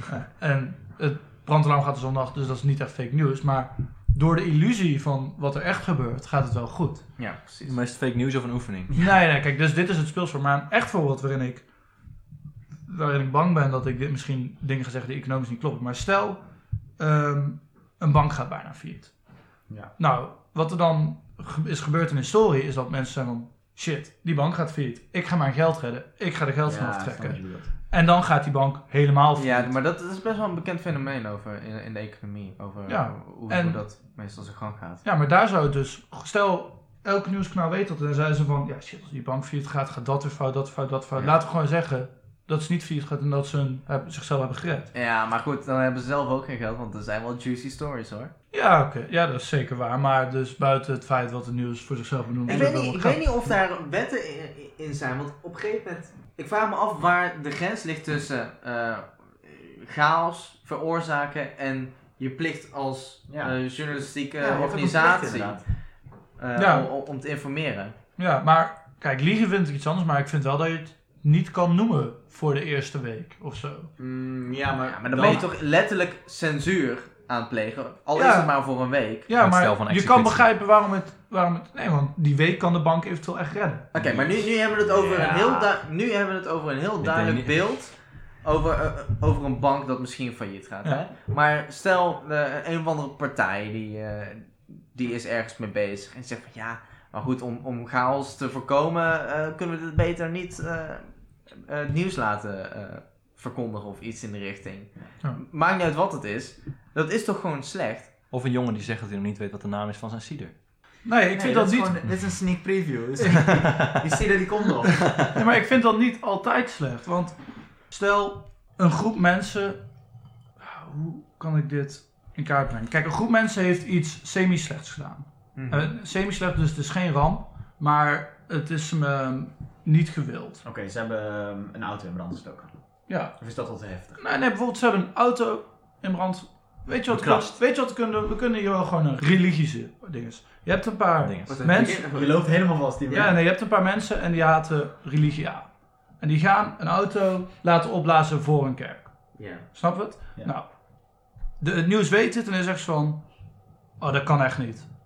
En het brandalarm gaat dus nog af, dus dat is niet echt fake news. Maar door de illusie van wat er echt gebeurt, gaat het wel goed. Ja, precies. Maar is het fake news of een oefening? Nee, kijk, dus dit is het speelsvorm. Maar een echt voorbeeld waarin ik bang ben dat ik dit misschien dingen ga zeggen die economisch niet kloppen. Maar stel, een bank gaat bijna failliet. Ja. Nou, wat er dan is gebeurd in de historie is dat mensen zeggen van, shit, die bank gaat failliet. Ik ga mijn geld redden. Ik ga de geld vanaf trekken. En dan gaat die bank helemaal failliet. Ja, maar dat is best wel een bekend fenomeen over in de economie. Over Ja, hoe en- dat meestal zijn gang gaat. Ja, maar daar zou het dus... Stel, elke nieuwskanaal weet dat. En dan zeiden ze van... Ja, shit, als die bank failliet gaat dat weer fout, dat fout, dat fout. Ja. Laten we gewoon zeggen dat ze niet failliet gaat en dat ze zichzelf hebben gered. Ja, maar goed, dan hebben ze zelf ook geen geld. Want er zijn wel juicy stories hoor. Ja, oké. Ja, dat is zeker waar. Maar dus buiten het feit wat de nieuws voor zichzelf doen... Ik weet niet of daar wetten in zijn. Want op een gegeven moment... Ik vraag me af waar de grens ligt tussen chaos veroorzaken en je plicht als journalistieke organisatie om te informeren. Ja, maar kijk, liegen vind ik iets anders. Maar ik vind wel dat je het niet kan noemen voor de eerste week of zo. Ja, maar dan ben je toch letterlijk censuur aan het plegen. Al Ja. is het maar voor een week. Ja, Met stel van maar je executie. kan begrijpen waarom het... Nee, want die week kan de bank eventueel echt redden. Oké, maar nu hebben we het over een heel denk duidelijk niet- beeld over een bank dat misschien failliet gaat. Ja. Hè? Maar stel, een of andere partij die is ergens mee bezig en zegt van ja, maar goed, om chaos te voorkomen kunnen we dit beter niet het nieuws laten verkondigen of iets in de richting. Ja. Maakt niet uit wat het is, dat is toch gewoon slecht? Of een jongen die zegt dat hij nog niet weet wat de naam is van zijn cider. Nee, ik vind dat niet... Dit is een sneak preview. Die zie die komt nog. Nee, maar ik vind dat niet altijd slecht. Want stel, een groep mensen... Hoe kan ik dit in kaart brengen? Kijk, een groep mensen heeft iets semi-slechts gedaan. Semi-slecht, dus het is geen ramp. Maar het is niet gewild. Oké, ze hebben een auto in brand gestoken. Ja. Of is dat wat te heftig? Nee, bijvoorbeeld ze hebben een auto in brand... Weet je wat we kunnen doen? We kunnen hier wel gewoon een religieuze ding is. Je hebt een paar mensen... Je loopt helemaal vast. Die Ja, nee, je hebt een paar mensen en die haten religie aan. En die gaan een auto laten opblazen voor een kerk. Ja. Snap je het? Ja. Nou, het nieuws weet het en dan zegt ze van... Oh, dat kan echt niet.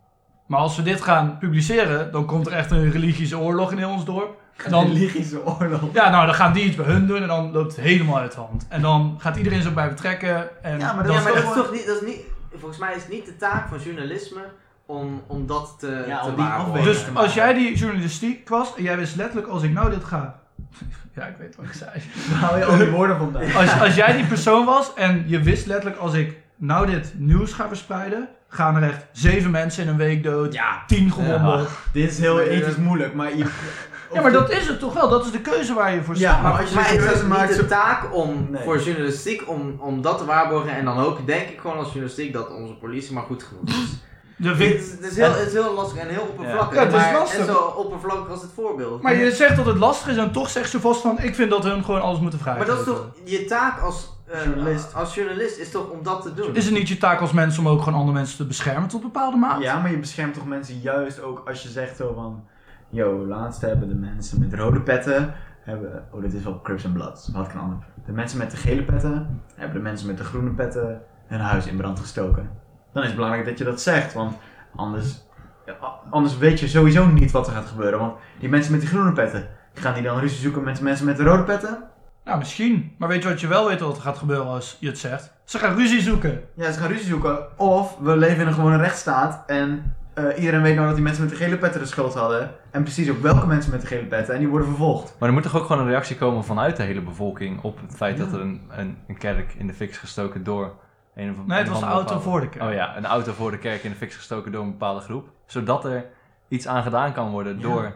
Maar als we dit gaan publiceren, dan komt er echt een religieuze oorlog in heel ons dorp. En dan, religieuze oorlog. ja, nou, dan gaan die iets bij hun doen en dan loopt het helemaal uit de hand. En dan gaat iedereen zich bij betrekken. En Ja, maar dan Ja, maar is dat het is toch niet, volgens mij is het niet de taak van journalisme om dat te om die waarborgen. afweging Dus te maken. als jij die journalistiek was en jij wist letterlijk als ik nou dit ga... Ja, ik weet wat ik zei. Waar haal je al die woorden vandaan? Als jij die persoon was en je wist letterlijk als ik nou dit nieuws ga verspreiden, gaan er echt 7 mensen in een week dood, Ja, 10 gewonden. Ja. dit is heel ethisch moeilijk, maar je... Ja, maar dat is het toch wel? Dat is de keuze waar je voor Ja, staat. maar als je Maar zo'n is keuze het maakt... niet de taak Nee. voor journalistiek om dat te waarborgen en dan ook denk ik gewoon als journalistiek dat onze politie maar goed genoeg is. De vind- Het is heel lastig en heel oppervlakkig, Ja, het is maar lastig. en zo oppervlakkig als het voorbeeld. Maar je zegt dat het lastig is en toch zegt ze vast van ik vind dat hun gewoon alles moeten vragen. Maar dat is toch je taak als journalist is toch om dat te doen? Is het niet je taak als mens om ook gewoon andere mensen te beschermen tot een bepaalde mate? Ja, maar je beschermt toch mensen juist ook als je zegt zo van... Yo, laatst hebben de mensen met rode petten... Oh, dit is wel Crips and Bloods. Wat kan ander? De mensen met de gele petten... hebben de mensen met de groene petten... hun huis in brand gestoken. Dan is het belangrijk dat je dat zegt, want anders weet je sowieso niet wat er gaat gebeuren. Want die mensen met die groene petten... gaan die dan ruzie zoeken met de mensen met de rode petten? Nou, misschien. Maar weet je wat je wel weet wat er gaat gebeuren als je het zegt? Ze gaan ruzie zoeken. Ja, ze gaan ruzie zoeken. Of we leven in een gewone rechtsstaat en iedereen weet nou dat die mensen met de gele petten de schuld hadden. En precies ook welke mensen met de gele petten en die worden vervolgd. Maar er moet toch ook gewoon een reactie komen vanuit de hele bevolking op het feit dat er een kerk in de fik is gestoken door een of andere... Nee, het was de auto voor de kerk. Oh ja, een auto voor de kerk in de fik is gestoken door een bepaalde groep. Zodat er iets aan gedaan kan worden door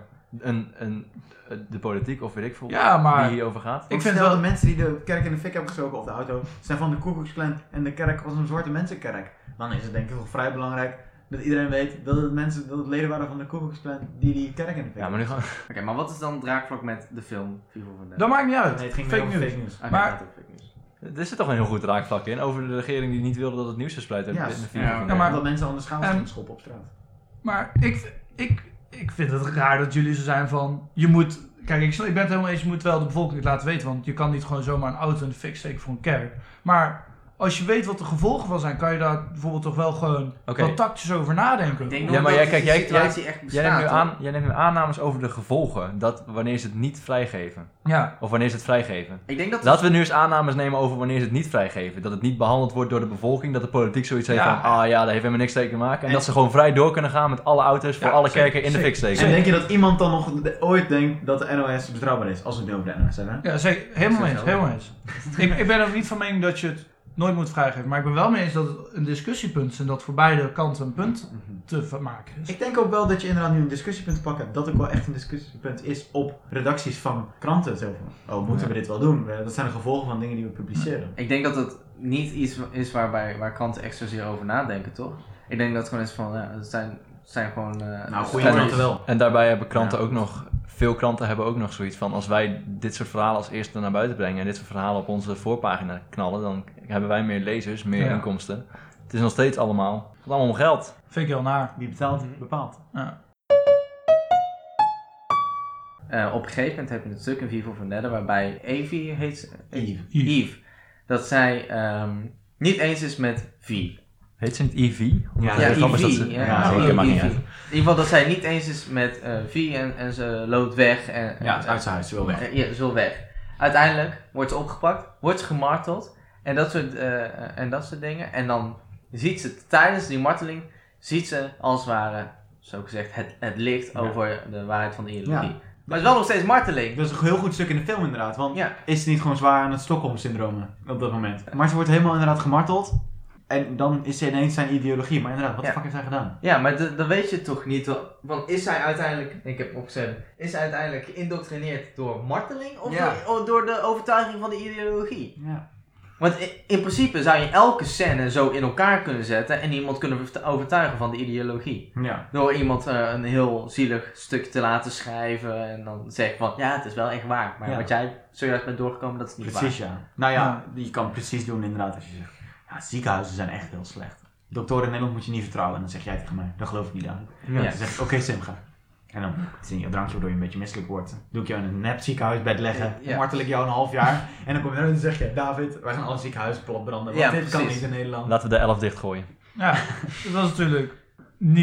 de politiek of weet ik veel Ja, maar wie hierover gaat. ik vind Stel wel... de mensen die de kerk in de fik hebben gestoken of de auto zijn van de Ku Klux Klan en de kerk was een zwarte mensenkerk. Dan is het denk ik toch vrij belangrijk dat iedereen weet dat het leden waren van de Ku Klux Klan die kerk in de fik Ja, maar nu gaan Oké, maar wat is dan het draagvlak met de film V voor Vendetta? Dat maakt niet uit. Nee, het ging Fake meer over news. fake news. Oké, maar- dat ook fake news. Er zit toch een heel goed raakvlak in over de regering die niet wilde dat het nieuws verspreid werd. Ja, in de ja, video. ja, maar- Dat mensen anders gaan En- schoppen op straat. Maar ik vind het raar dat jullie zo zijn van... Je moet... Kijk, ik ben het helemaal eens, je moet wel de bevolking het laten weten. Want je kan niet gewoon zomaar een auto in de fik steken voor een kerk. Maar als je weet wat de gevolgen van zijn, kan je daar bijvoorbeeld toch wel gewoon Oké. wat tactisch over nadenken. Ik denk Ja, maar dat kijk, die situatie echt Jij bestaat. neemt nu aannames over de gevolgen. Dat wanneer ze het niet vrijgeven. Ja. Of wanneer ze het vrijgeven. Ik denk dat Laten we nu eens aannames nemen over wanneer ze het niet vrijgeven. Dat het niet behandeld wordt door de bevolking. Dat de politiek zoiets heeft Ja. van, ah ja, daar heeft helemaal niks tegen te maken. En En- dat ze gewoon vrij door kunnen gaan met alle auto's voor Ja, alle zeker, kerken in de zeker. fik steken. En denk je dat iemand dan nog ooit denkt dat de NOS betrouwbaar is? Als we het nu over de NOS hebben. Ja, zeker. Helemaal eens. Sowieso. Helemaal eens. ik ben ook niet van mening dat je het nooit moet vrijgeven. Maar ik ben wel mee eens dat het een discussiepunt is. En dat voor beide kanten een punt te maken is. Ik denk ook wel dat je inderdaad nu een discussiepunt te pakken hebt. Dat ook wel echt een discussiepunt is op redacties van kranten. Zo van, oh, moeten we dit wel doen? Dat zijn de gevolgen van dingen die we publiceren. Ik denk dat het niet iets is waar kranten extra zeer over nadenken, toch? Ik denk dat het gewoon is van, ja, het zijn gewoon... Nou, goede En- kranten wel. En daarbij hebben kranten Ja. ook nog, veel kranten hebben ook nog zoiets van, als wij dit soort verhalen als eerste naar buiten brengen en dit soort verhalen op onze voorpagina knallen, dan hebben wij meer lezers, meer Ja. inkomsten. Het is nog steeds het gaat allemaal om geld. Vind ik heel naar. Wie betaalt, bepaalt. Ja. op een gegeven moment heb je het stuk in V voor Vendetta waarbij Evie heet ze? Eve. Eve. Dat zij niet eens is met V. Heet ze niet EV? Omdat Ja, het grappig is dat Evie, ze- ja. Ja, zeker, Evie. maakt niet In uit. ieder geval dat zij niet eens is met V en ze loopt weg. Ja, uit zijn huis, ze wil weg. Ja, ze wil weg. Uiteindelijk wordt ze opgepakt, wordt ze gemarteld en dat soort dingen. En dan ziet ze tijdens die marteling, ziet ze als het ware, zo gezegd, het licht Ja. over de waarheid van de ideologie. Ja. Maar het is wel nog steeds marteling. Dat is een heel goed stuk in de film inderdaad. Want Ja. is ze niet gewoon zwaar aan het Stockholm-syndroom op dat moment? Maar ze wordt helemaal inderdaad gemarteld. En dan is ze ineens zijn ideologie. Maar inderdaad, wat de Ja. fuck heeft hij gedaan? Ja, maar dan weet je toch niet, want is zij uiteindelijk, ik heb opgezet, is zij uiteindelijk geïndoctrineerd door marteling of Ja. door de overtuiging van de ideologie? Ja. Want in principe zou je elke scène zo in elkaar kunnen zetten en iemand kunnen overtuigen van de ideologie. Ja. Door iemand een heel zielig stuk te laten schrijven en dan zeg van, ja, het is wel echt waar. Maar Ja. wat jij zojuist bent doorgekomen, dat is niet Precies, waar. ja. Nou ja, je kan precies doen inderdaad als je zegt, ja, ziekenhuizen zijn echt heel slecht. Doktoren in Nederland moet je niet vertrouwen. En dan zeg jij tegen mij, daar geloof ik niet aan. Ja. Dan zeg ik, oké Sim, ga. En dan zing je een drankje waardoor je een beetje misselijk wordt. Doe ik jou in een nep ziekenhuisbed leggen. Ja. Martel ik jou een half jaar. En dan kom je eruit en zeg je, David, wij gaan alle ziekenhuizen platbranden. Want Ja, dit kan precies. niet in Nederland. Laten we de 11 dichtgooien. Ja, dat was natuurlijk niet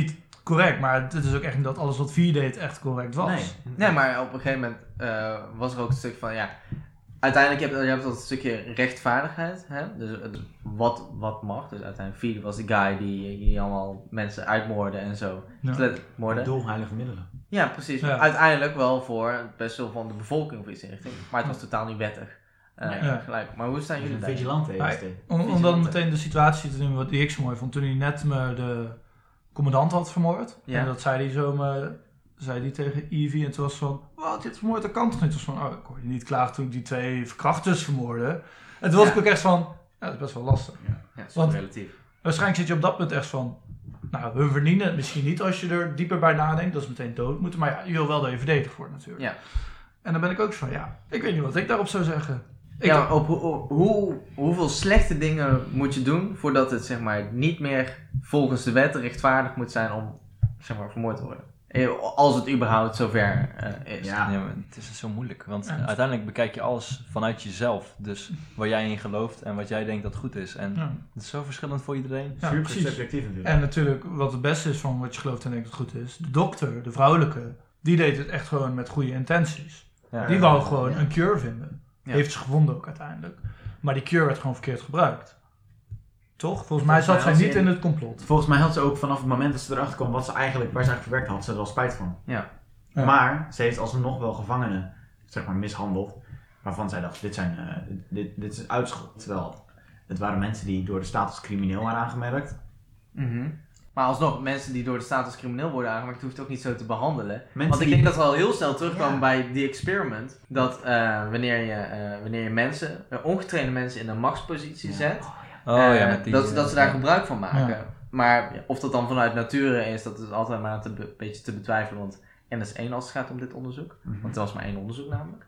correct. Maar het is ook echt niet dat alles wat V deed echt correct was. Nee, maar op een gegeven moment was er ook een stuk van, ja... Uiteindelijk heb je dat stukje rechtvaardigheid. Hè? Dus wat mag. Dus uiteindelijk V was de guy die allemaal mensen uitmoordde en zo. Ja. Doelheilige middelen. Ja, precies. Ja. Uiteindelijk wel voor het best wel van de bevolking of iets in richting. Maar het was totaal niet wettig. Gelijk. Maar hoe staan jullie Een daar? vigilante Maar is dit. om dan meteen de situatie te doen die ik zo mooi vond. Toen hij net de commandant had vermoord. Ja. En dat zei hij tegen Evie. En toen was het van, wat, je hebt vermoord, dat kan toch niet? Toen was van, ik hoorde je niet klagen toen ik die 2 verkrachters vermoordde. En toen was ik ook echt van, ja, dat is best wel lastig. Ja, dat is Want- relatief. Waarschijnlijk zit je op dat punt echt van, nou, hun verdienen het misschien niet als je er dieper bij nadenkt. Dat is meteen dood moeten. Maar ja, je wil wel dat je verdedigd wordt natuurlijk. Ja. En dan ben ik ook van, ja, ik weet niet wat ik daarop zou zeggen. Hoeveel slechte dingen moet je doen voordat het zeg maar niet meer volgens de wet rechtvaardig moet zijn om zeg maar vermoord te worden? Als het überhaupt zover is. Ja. Ja, maar het is zo moeilijk, want Ja. uiteindelijk bekijk je alles vanuit jezelf. Dus waar jij in gelooft en wat jij denkt dat goed is. En Ja. het is zo verschillend voor iedereen. Ja, Super precies. subjectief natuurlijk. En natuurlijk, wat het beste is van wat je gelooft en denkt dat het goed is. De dokter, de vrouwelijke, die deed het echt gewoon met goede intenties. Ja. Die wou gewoon een cure vinden. Ja. Heeft ze gevonden ook uiteindelijk. Maar die cure werd gewoon verkeerd gebruikt. Toch? Volgens mij zat zij had ze niet in het complot. Volgens mij had ze ook vanaf het moment dat ze erachter kwam waar ze eigenlijk verwerkt had, ze er wel spijt van. Ja. Ja. Maar ze heeft alsnog wel gevangenen, zeg maar, mishandeld. Waarvan zij dacht, dit is uitschot. Terwijl het waren mensen die door de staat als crimineel waren aangemerkt. Mhm. Maar alsnog, mensen die door de staat als crimineel worden aangemerkt, hoeft het ook niet zo te behandelen. Mensen Want ik die- denk dat we al heel snel terugkomen Ja. bij The Experiment. Dat wanneer je mensen, ongetrainde mensen in een machtspositie zet, dat ze daar gebruik van maken. Ja. Maar of dat dan vanuit nature is, dat is altijd maar een beetje te betwijfelen. Want NS1 als het gaat om dit onderzoek. Want er was maar 1 onderzoek namelijk.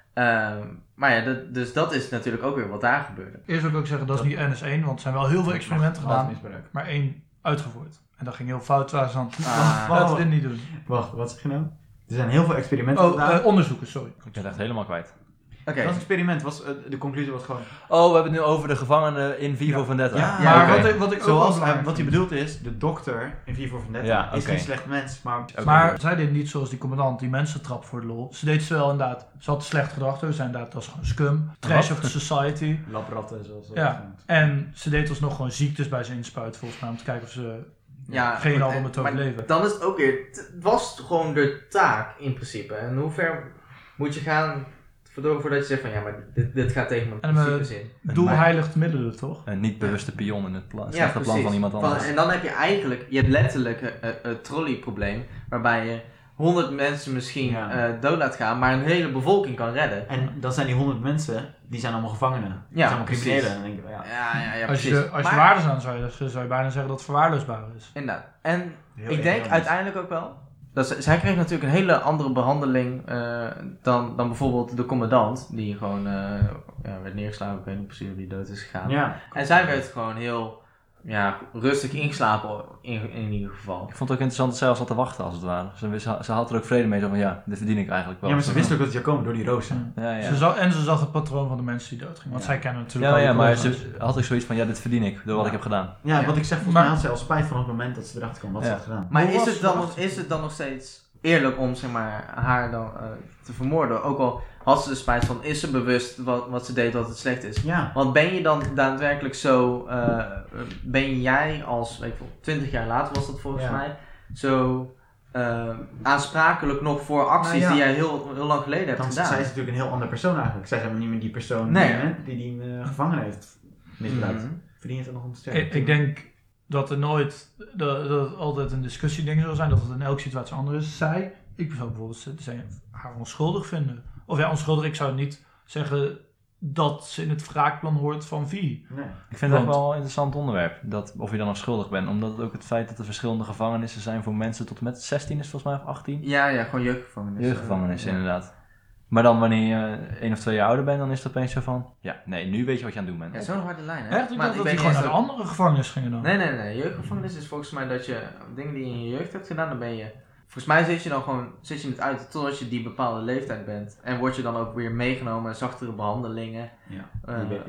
Maar ja, dus dat is natuurlijk ook weer wat daar gebeurde. Eerst wil ik ook zeggen, dat is niet NS1, want er zijn wel heel veel experimenten gedaan. Misbruik. Maar 1 uitgevoerd. En dat ging heel fout. Waar ze aan Ah. laten we dit niet doen. Wacht, wat zeg je nou? Er zijn heel veel experimenten gedaan. Onderzoeken, sorry. Ik ben het echt helemaal kwijt. Oké. Dat experiment was, de conclusie was gewoon... Oh, we hebben het nu over de gevangenen in Vivo Ja. Vendetta. Ja, Maar oké. wat ik ook Zoals, wel belangrijk wat hij vind. bedoelt is, de dokter in V voor Vendetta Ja, is oké. geen slecht mens, maar... Oké. Maar zij deed niet zoals die commandant die mensen trapt voor de lol. Ze deed ze wel inderdaad. Ze had slecht gedrag. Ze zei inderdaad, dat is gewoon scum. Trash of the society. Labratten zoals dat Ja. genoemd. En ze deed ons nog gewoon ziektes bij ze inspuiten volgens mij. Om te kijken of ze geen goed, hadden om het te maar overleven. Dan is het ook weer, het was gewoon de taak in principe. En hoe ver moet je gaan voordat je zegt van ja, maar dit gaat tegen mijn En, principes in. Doel heiligt middelen, toch? Een niet bewuste pion in het slechte Ja, plan precies. van iemand anders. En dan heb je eigenlijk, je hebt letterlijk het trolleyprobleem, waarbij je 100 mensen misschien dood laat gaan, maar een hele bevolking kan redden. En dan zijn die 100 mensen, die zijn allemaal gevangenen. Die zijn allemaal precies. criminelen. En dan denk je, ja. Ja, Als precies. je Maar- waardes aan zou je bijna zeggen dat het verwaarloosbaar is. Inderdaad. En Heel ik denk economisch. uiteindelijk ook wel. Zij kreeg natuurlijk een hele andere behandeling dan bijvoorbeeld de commandant. Die gewoon werd neergeslagen. Ik weet niet precies hoe die dood is gegaan. Ja. En zij werd gewoon heel rustig ingeslapen in ieder geval. Ik vond het ook interessant dat zij al zat te wachten als het ware. Ze had er ook vrede mee, zo van ja, dit verdien ik eigenlijk wel. Ja, maar ze wist ook dat het zou komen door die rozen. Ja, ja. Ze zag het patroon van de mensen die doodgingen. Want Ja. zij kennen natuurlijk Ja, al ja, die maar collega's. ze had ook zoiets van ja, dit verdien ik door wat ik heb gedaan. Ja, Ja. wat ik zeg, volgens Maar- mij had zij al spijt van het moment dat ze erachter kwam wat ze Ja. had gedaan. Maar Hoe is was het dan nog steeds eerlijk om zeg maar, haar dan te vermoorden? Ook al had ze er spijt van, is ze bewust wat ze deed, dat het slecht is? Ja. Want ben je dan daadwerkelijk zo, ben jij als, weet ik veel, 20 jaar later was dat volgens Ja. mij, zo aansprakelijk nog voor acties Nou ja. die jij heel lang geleden hebt Dan gedaan? zij is natuurlijk een heel andere persoon eigenlijk. Zij is helemaal niet meer die persoon Nee. die gevangen heeft misbruikt. Mhm. Verdient het nog om te sterven. Ik denk dat er nooit, dat het altijd een discussieding zal zijn, dat het in elke situatie anders is. Ik zou bijvoorbeeld haar onschuldig vinden. Of ja, onschuldig, ik zou niet zeggen dat ze in het wraakplan hoort van V. Nee. Ik vind het ook wel een interessant onderwerp, dat, of je dan nog schuldig bent. Omdat het ook het feit dat er verschillende gevangenissen zijn voor mensen tot en met 16 is volgens mij, of 18. Ja, gewoon jeugdgevangenis. Jeugdgevangenis, Ja. inderdaad. Maar dan wanneer je 1 of 2 jaar ouder bent, dan is het opeens zo van, ja, nee, nu weet je wat je aan het doen bent. Ja, zo'n harde lijn, hè? Echt? Ik Maar dacht dat weet die niet gewoon naar eens de andere gevangenis gingen dan. Nee. Jeugdgevangenis is volgens mij dat je dingen die je in je jeugd hebt gedaan, dan ben je... Volgens mij zit je het uit totdat je die bepaalde leeftijd bent. En word je dan ook weer meegenomen in zachtere behandelingen. Ja. Eh, Ja.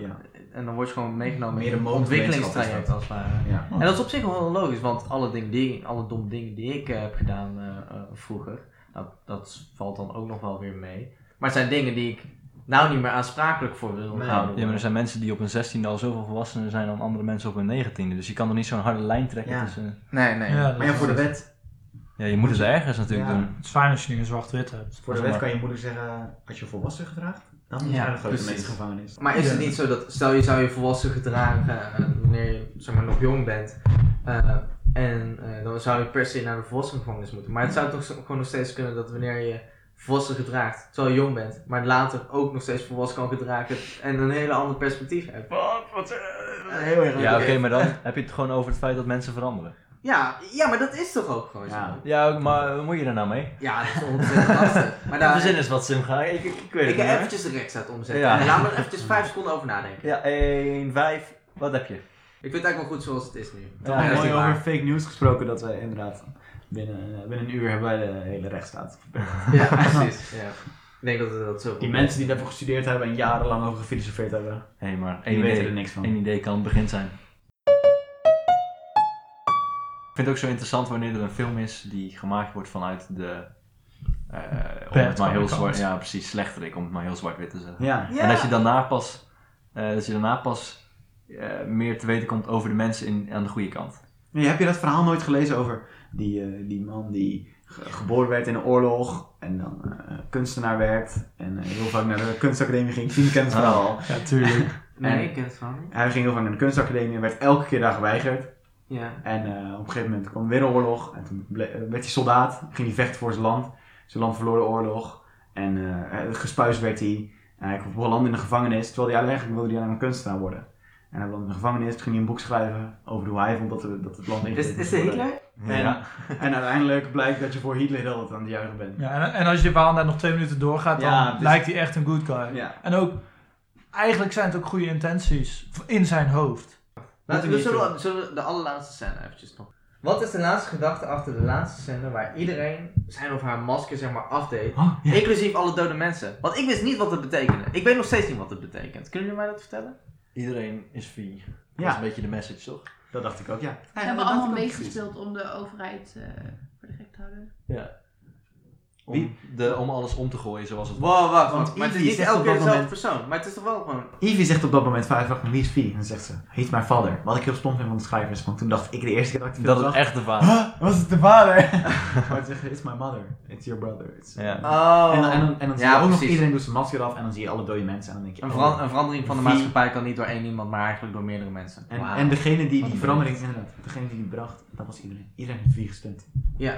en dan word je gewoon meegenomen Meer in een een ontwikkelingstraject motorgemeenschap als het ware. Ja. En dat is op zich wel logisch, want alle domme dingen die ik heb gedaan vroeger, dat valt dan ook nog wel weer mee. Maar het zijn dingen die ik nou niet meer aansprakelijk voor wil houden. Ja, maar er zijn mensen die op hun 16e al zoveel volwassener zijn dan andere mensen op hun 19e. Dus je kan er niet zo'n harde lijn trekken Ja. tussen... Nee. Maar ja, voor de wet, Ja, je moet het ergens natuurlijk Ja. doen. Het is fijn als je niet een zwart-wit hebt. voor de wet kan je moeder zeggen, als je volwassen gedraagt, dan moet je Ja, naar de grote precies. mensengevangenis. Maar is het niet zo dat, stel je zou je volwassen gedragen wanneer je zeg maar, nog jong bent, dan zou je per se naar de volwassengevangenis moeten. Maar het zou toch gewoon nog steeds kunnen dat wanneer je volwassen gedraagt, terwijl je jong bent, maar later ook nog steeds volwassen kan gedragen en een hele ander perspectief hebt. Heel erg. Ja, oké, maar dan heb je het gewoon over het feit dat mensen veranderen. Ja, maar dat is toch ook gewoon zo? Ja. Ja, maar wat moet je er nou mee? Ja, dat is ontzettend lastig. Maar daar, Verzin eens wat, Sim. Ik weet ik het ga niet. eventjes de rechtsstaat omzetten. Ja. En laat me er eventjes 5 seconden over nadenken. Ja, 1, 5. Wat heb je? Ik vind het eigenlijk wel goed zoals het is nu. Toch Ja, wel dat is mooi niet over waar. fake news gesproken dat wij inderdaad binnen een uur hebben wij de hele rechtsstaat. Ja, precies. Ja. Ik denk dat dat zo Die mensen die daarvoor gestudeerd hebben en jarenlang over gefilosofeerd hebben, Hé, maar die één weten er idee. niks van. Eén idee kan het begin zijn. Ik vind het ook zo interessant wanneer er een film is die gemaakt wordt vanuit de... om het maar heel zwart... Ja, precies. Slechterik, om het maar heel zwart-wit te zeggen. Ja. Ja. En dat je daarna pas meer te weten komt over de mensen aan de goede kant. Nee, heb je dat verhaal nooit gelezen over die man die geboren werd in een oorlog en dan kunstenaar werd en heel vaak naar de kunstacademie ging? Fien kent het verhaal al. Ja, tuurlijk. Nee, ik ken het van niet. Hij ging heel vaak naar de kunstacademie en werd elke keer daar geweigerd. Ja. En op een gegeven moment kwam weer een oorlog en toen werd hij soldaat, ging hij vechten voor zijn land. Zijn land verloor de oorlog en gespuisd werd hij. Hij belandde in de gevangenis, terwijl hij eigenlijk wilde hij een kunstenaar worden. En hij belandde in de gevangenis, toen ging hij een boek schrijven over hoe hij vond dat het land ingericht Is het Hitler? En uiteindelijk blijkt dat je voor Hitler heel wat aan het juichen bent. Ja, en als je verhaal daar nog 2 minuten doorgaat, dan Ja, dus- lijkt hij echt een good guy. Ja. En ook, eigenlijk zijn het ook goede intenties in zijn hoofd. Laten we zullen de allerlaatste scène eventjes nog. Wat is de laatste gedachte achter de laatste scène waar iedereen zijn of haar masker zeg maar afdeed, Ja. inclusief alle dode mensen? Want ik wist niet wat het betekende. Ik weet nog steeds niet wat het betekent. Kunnen jullie mij dat vertellen? Iedereen is free. Dat Ja. is een beetje de message, toch? Dat dacht ik ook, ja. Ze hebben allemaal meegespeeld om de overheid voor de gek te houden. Ja. Wie? Om alles om te gooien zoals het was. Wow, wacht. Want Maar het is Evie niet zegt elke op keer dat dezelfde moment- persoon. Maar het is toch wel gewoon... Evie zegt op dat moment 5 wacht, wie is Vie? En dan zegt ze, he's my father. Wat ik heel stom vind van de schrijvers, want toen dacht ik de eerste keer dat ik de film Dat het zag, echt de vader. huh, was het de vader? Maar ze zeggen, it's my mother, it's your brother. It's... Ja. Oh. En dan zie je ook nog iedereen doet zijn masker af en dan zie je alle dode mensen en dan denk je, Een verandering van de Vie. maatschappij kan niet door één iemand, maar eigenlijk door meerdere mensen. En, Wauw. en degene die Wat die een verandering, inderdaad, degene die die bracht, dat was iedereen. Iedereen heeft Vie gestemd. Ja.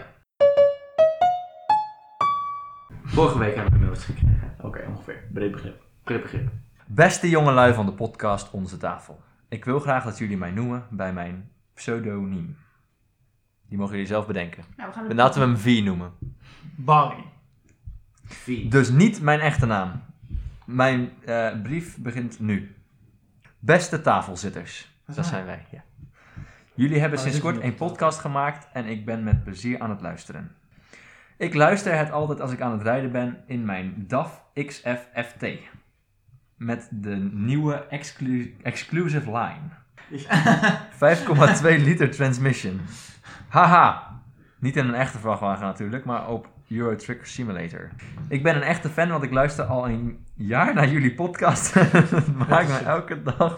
Vorige week hebben we mails gekregen. Oké, ongeveer. Breed begrip. Begrip. Beste jongelui van de podcast Onze Tafel. Ik wil graag dat jullie mij noemen bij mijn pseudoniem. Die mogen jullie zelf bedenken. Nou, we gaan het Laten we hem V noemen. Barry. Vie. Dus niet mijn echte naam. Mijn brief begint nu. Beste tafelzitters. Dat zijn wij, ja. Jullie hebben Oh, sinds dat is kort niet een op podcast gemaakt en ik ben met plezier aan het luisteren. Ik luister het altijd als ik aan het rijden ben in mijn DAF XF FT. Met de nieuwe exclusive line. 5,2 liter transmission. Haha. Niet in een echte vrachtwagen natuurlijk, maar op Euro Truck Simulator. Ik ben een echte fan, want ik luister al een jaar naar jullie podcast. Het maakt me elke dag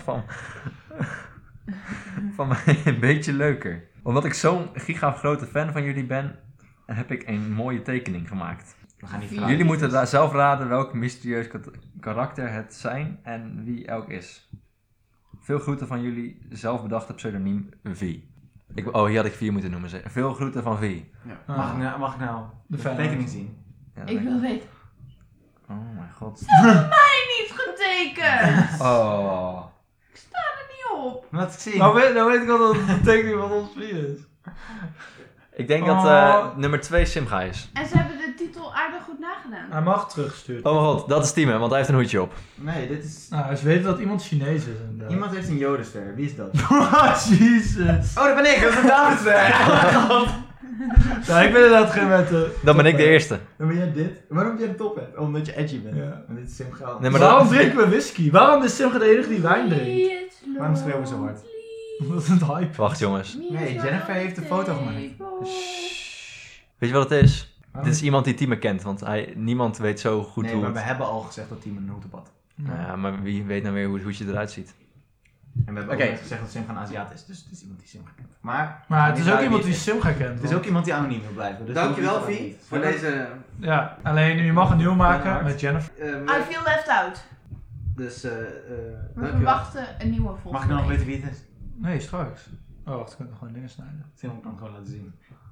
van mij een beetje leuker. Omdat ik zo'n gigagrote fan van jullie ben, heb ik een mooie tekening gemaakt. We gaan niet Vie. vragen. Jullie moeten zelf raden welk mysterieus karakter het zijn en wie elk is. Veel groeten van jullie zelfbedachte pseudoniem V. Hier had ik 4 moeten noemen. Veel groeten van V. Ja. Mag ik nou de fan tekening zien? Ja, dat Ik denk wil weten. Oh mijn god. Niet getekend! Oh. Niet op. Laat ik zien. Nou weet ik al dat het de tekening van ons vie is. Ik denk dat nummer 2 Simga is. En ze hebben de titel aardig goed nagedaan. Hij mag teruggestuurd. Oh mijn god, dat is Tieme, want hij heeft een hoedje op. Nee, dit is... Nou, ze weten dat iemand Chinees is. Inderdaad. Iemand heeft een jodenster. Wie is dat? Jezus. Oh, dat ben ik. Dat is een damesster. Ja, ik ben inderdaad geen met... Dan ben ik de eerste. Dan ben jij dit. Waarom heb jij de top? Omdat je edgy bent. Ja. En dit is Sim Goud. Nee, maar Waarom drinken we whisky? Waarom is Simcha de enige die wijn drinkt? Waarom schreeuwen we zo hard? Dat is een hype. Wacht jongens. Nee, Jennifer heeft een foto gemaakt. Weet je wat het is? Dit is iemand die Tieme kent, want niemand weet zo goed Nee, hoe maar we het... hebben al gezegd dat Team een noten had. Ja, maar wie weet nou weer hoe je eruit ziet. En we hebben ook net gezegd dat Sim een Aziat is, dus het is iemand die Sim kent. Maar het is ook iemand die Simcha kent. Het is ook iemand die anoniem wil blijven. Dus Dankjewel, dat hoeft Vi, niet. voor deze... Ja, alleen je mag een nieuw maken hard. met Jennifer. I feel left out. Dus, We dankjewel. verwachten een nieuwe volgende Mag ik dan nog week. weten wie het is? Nee, straks. Oh, wacht, ik kan nog gewoon dingen snijden. Sim kan ik gewoon laten zien.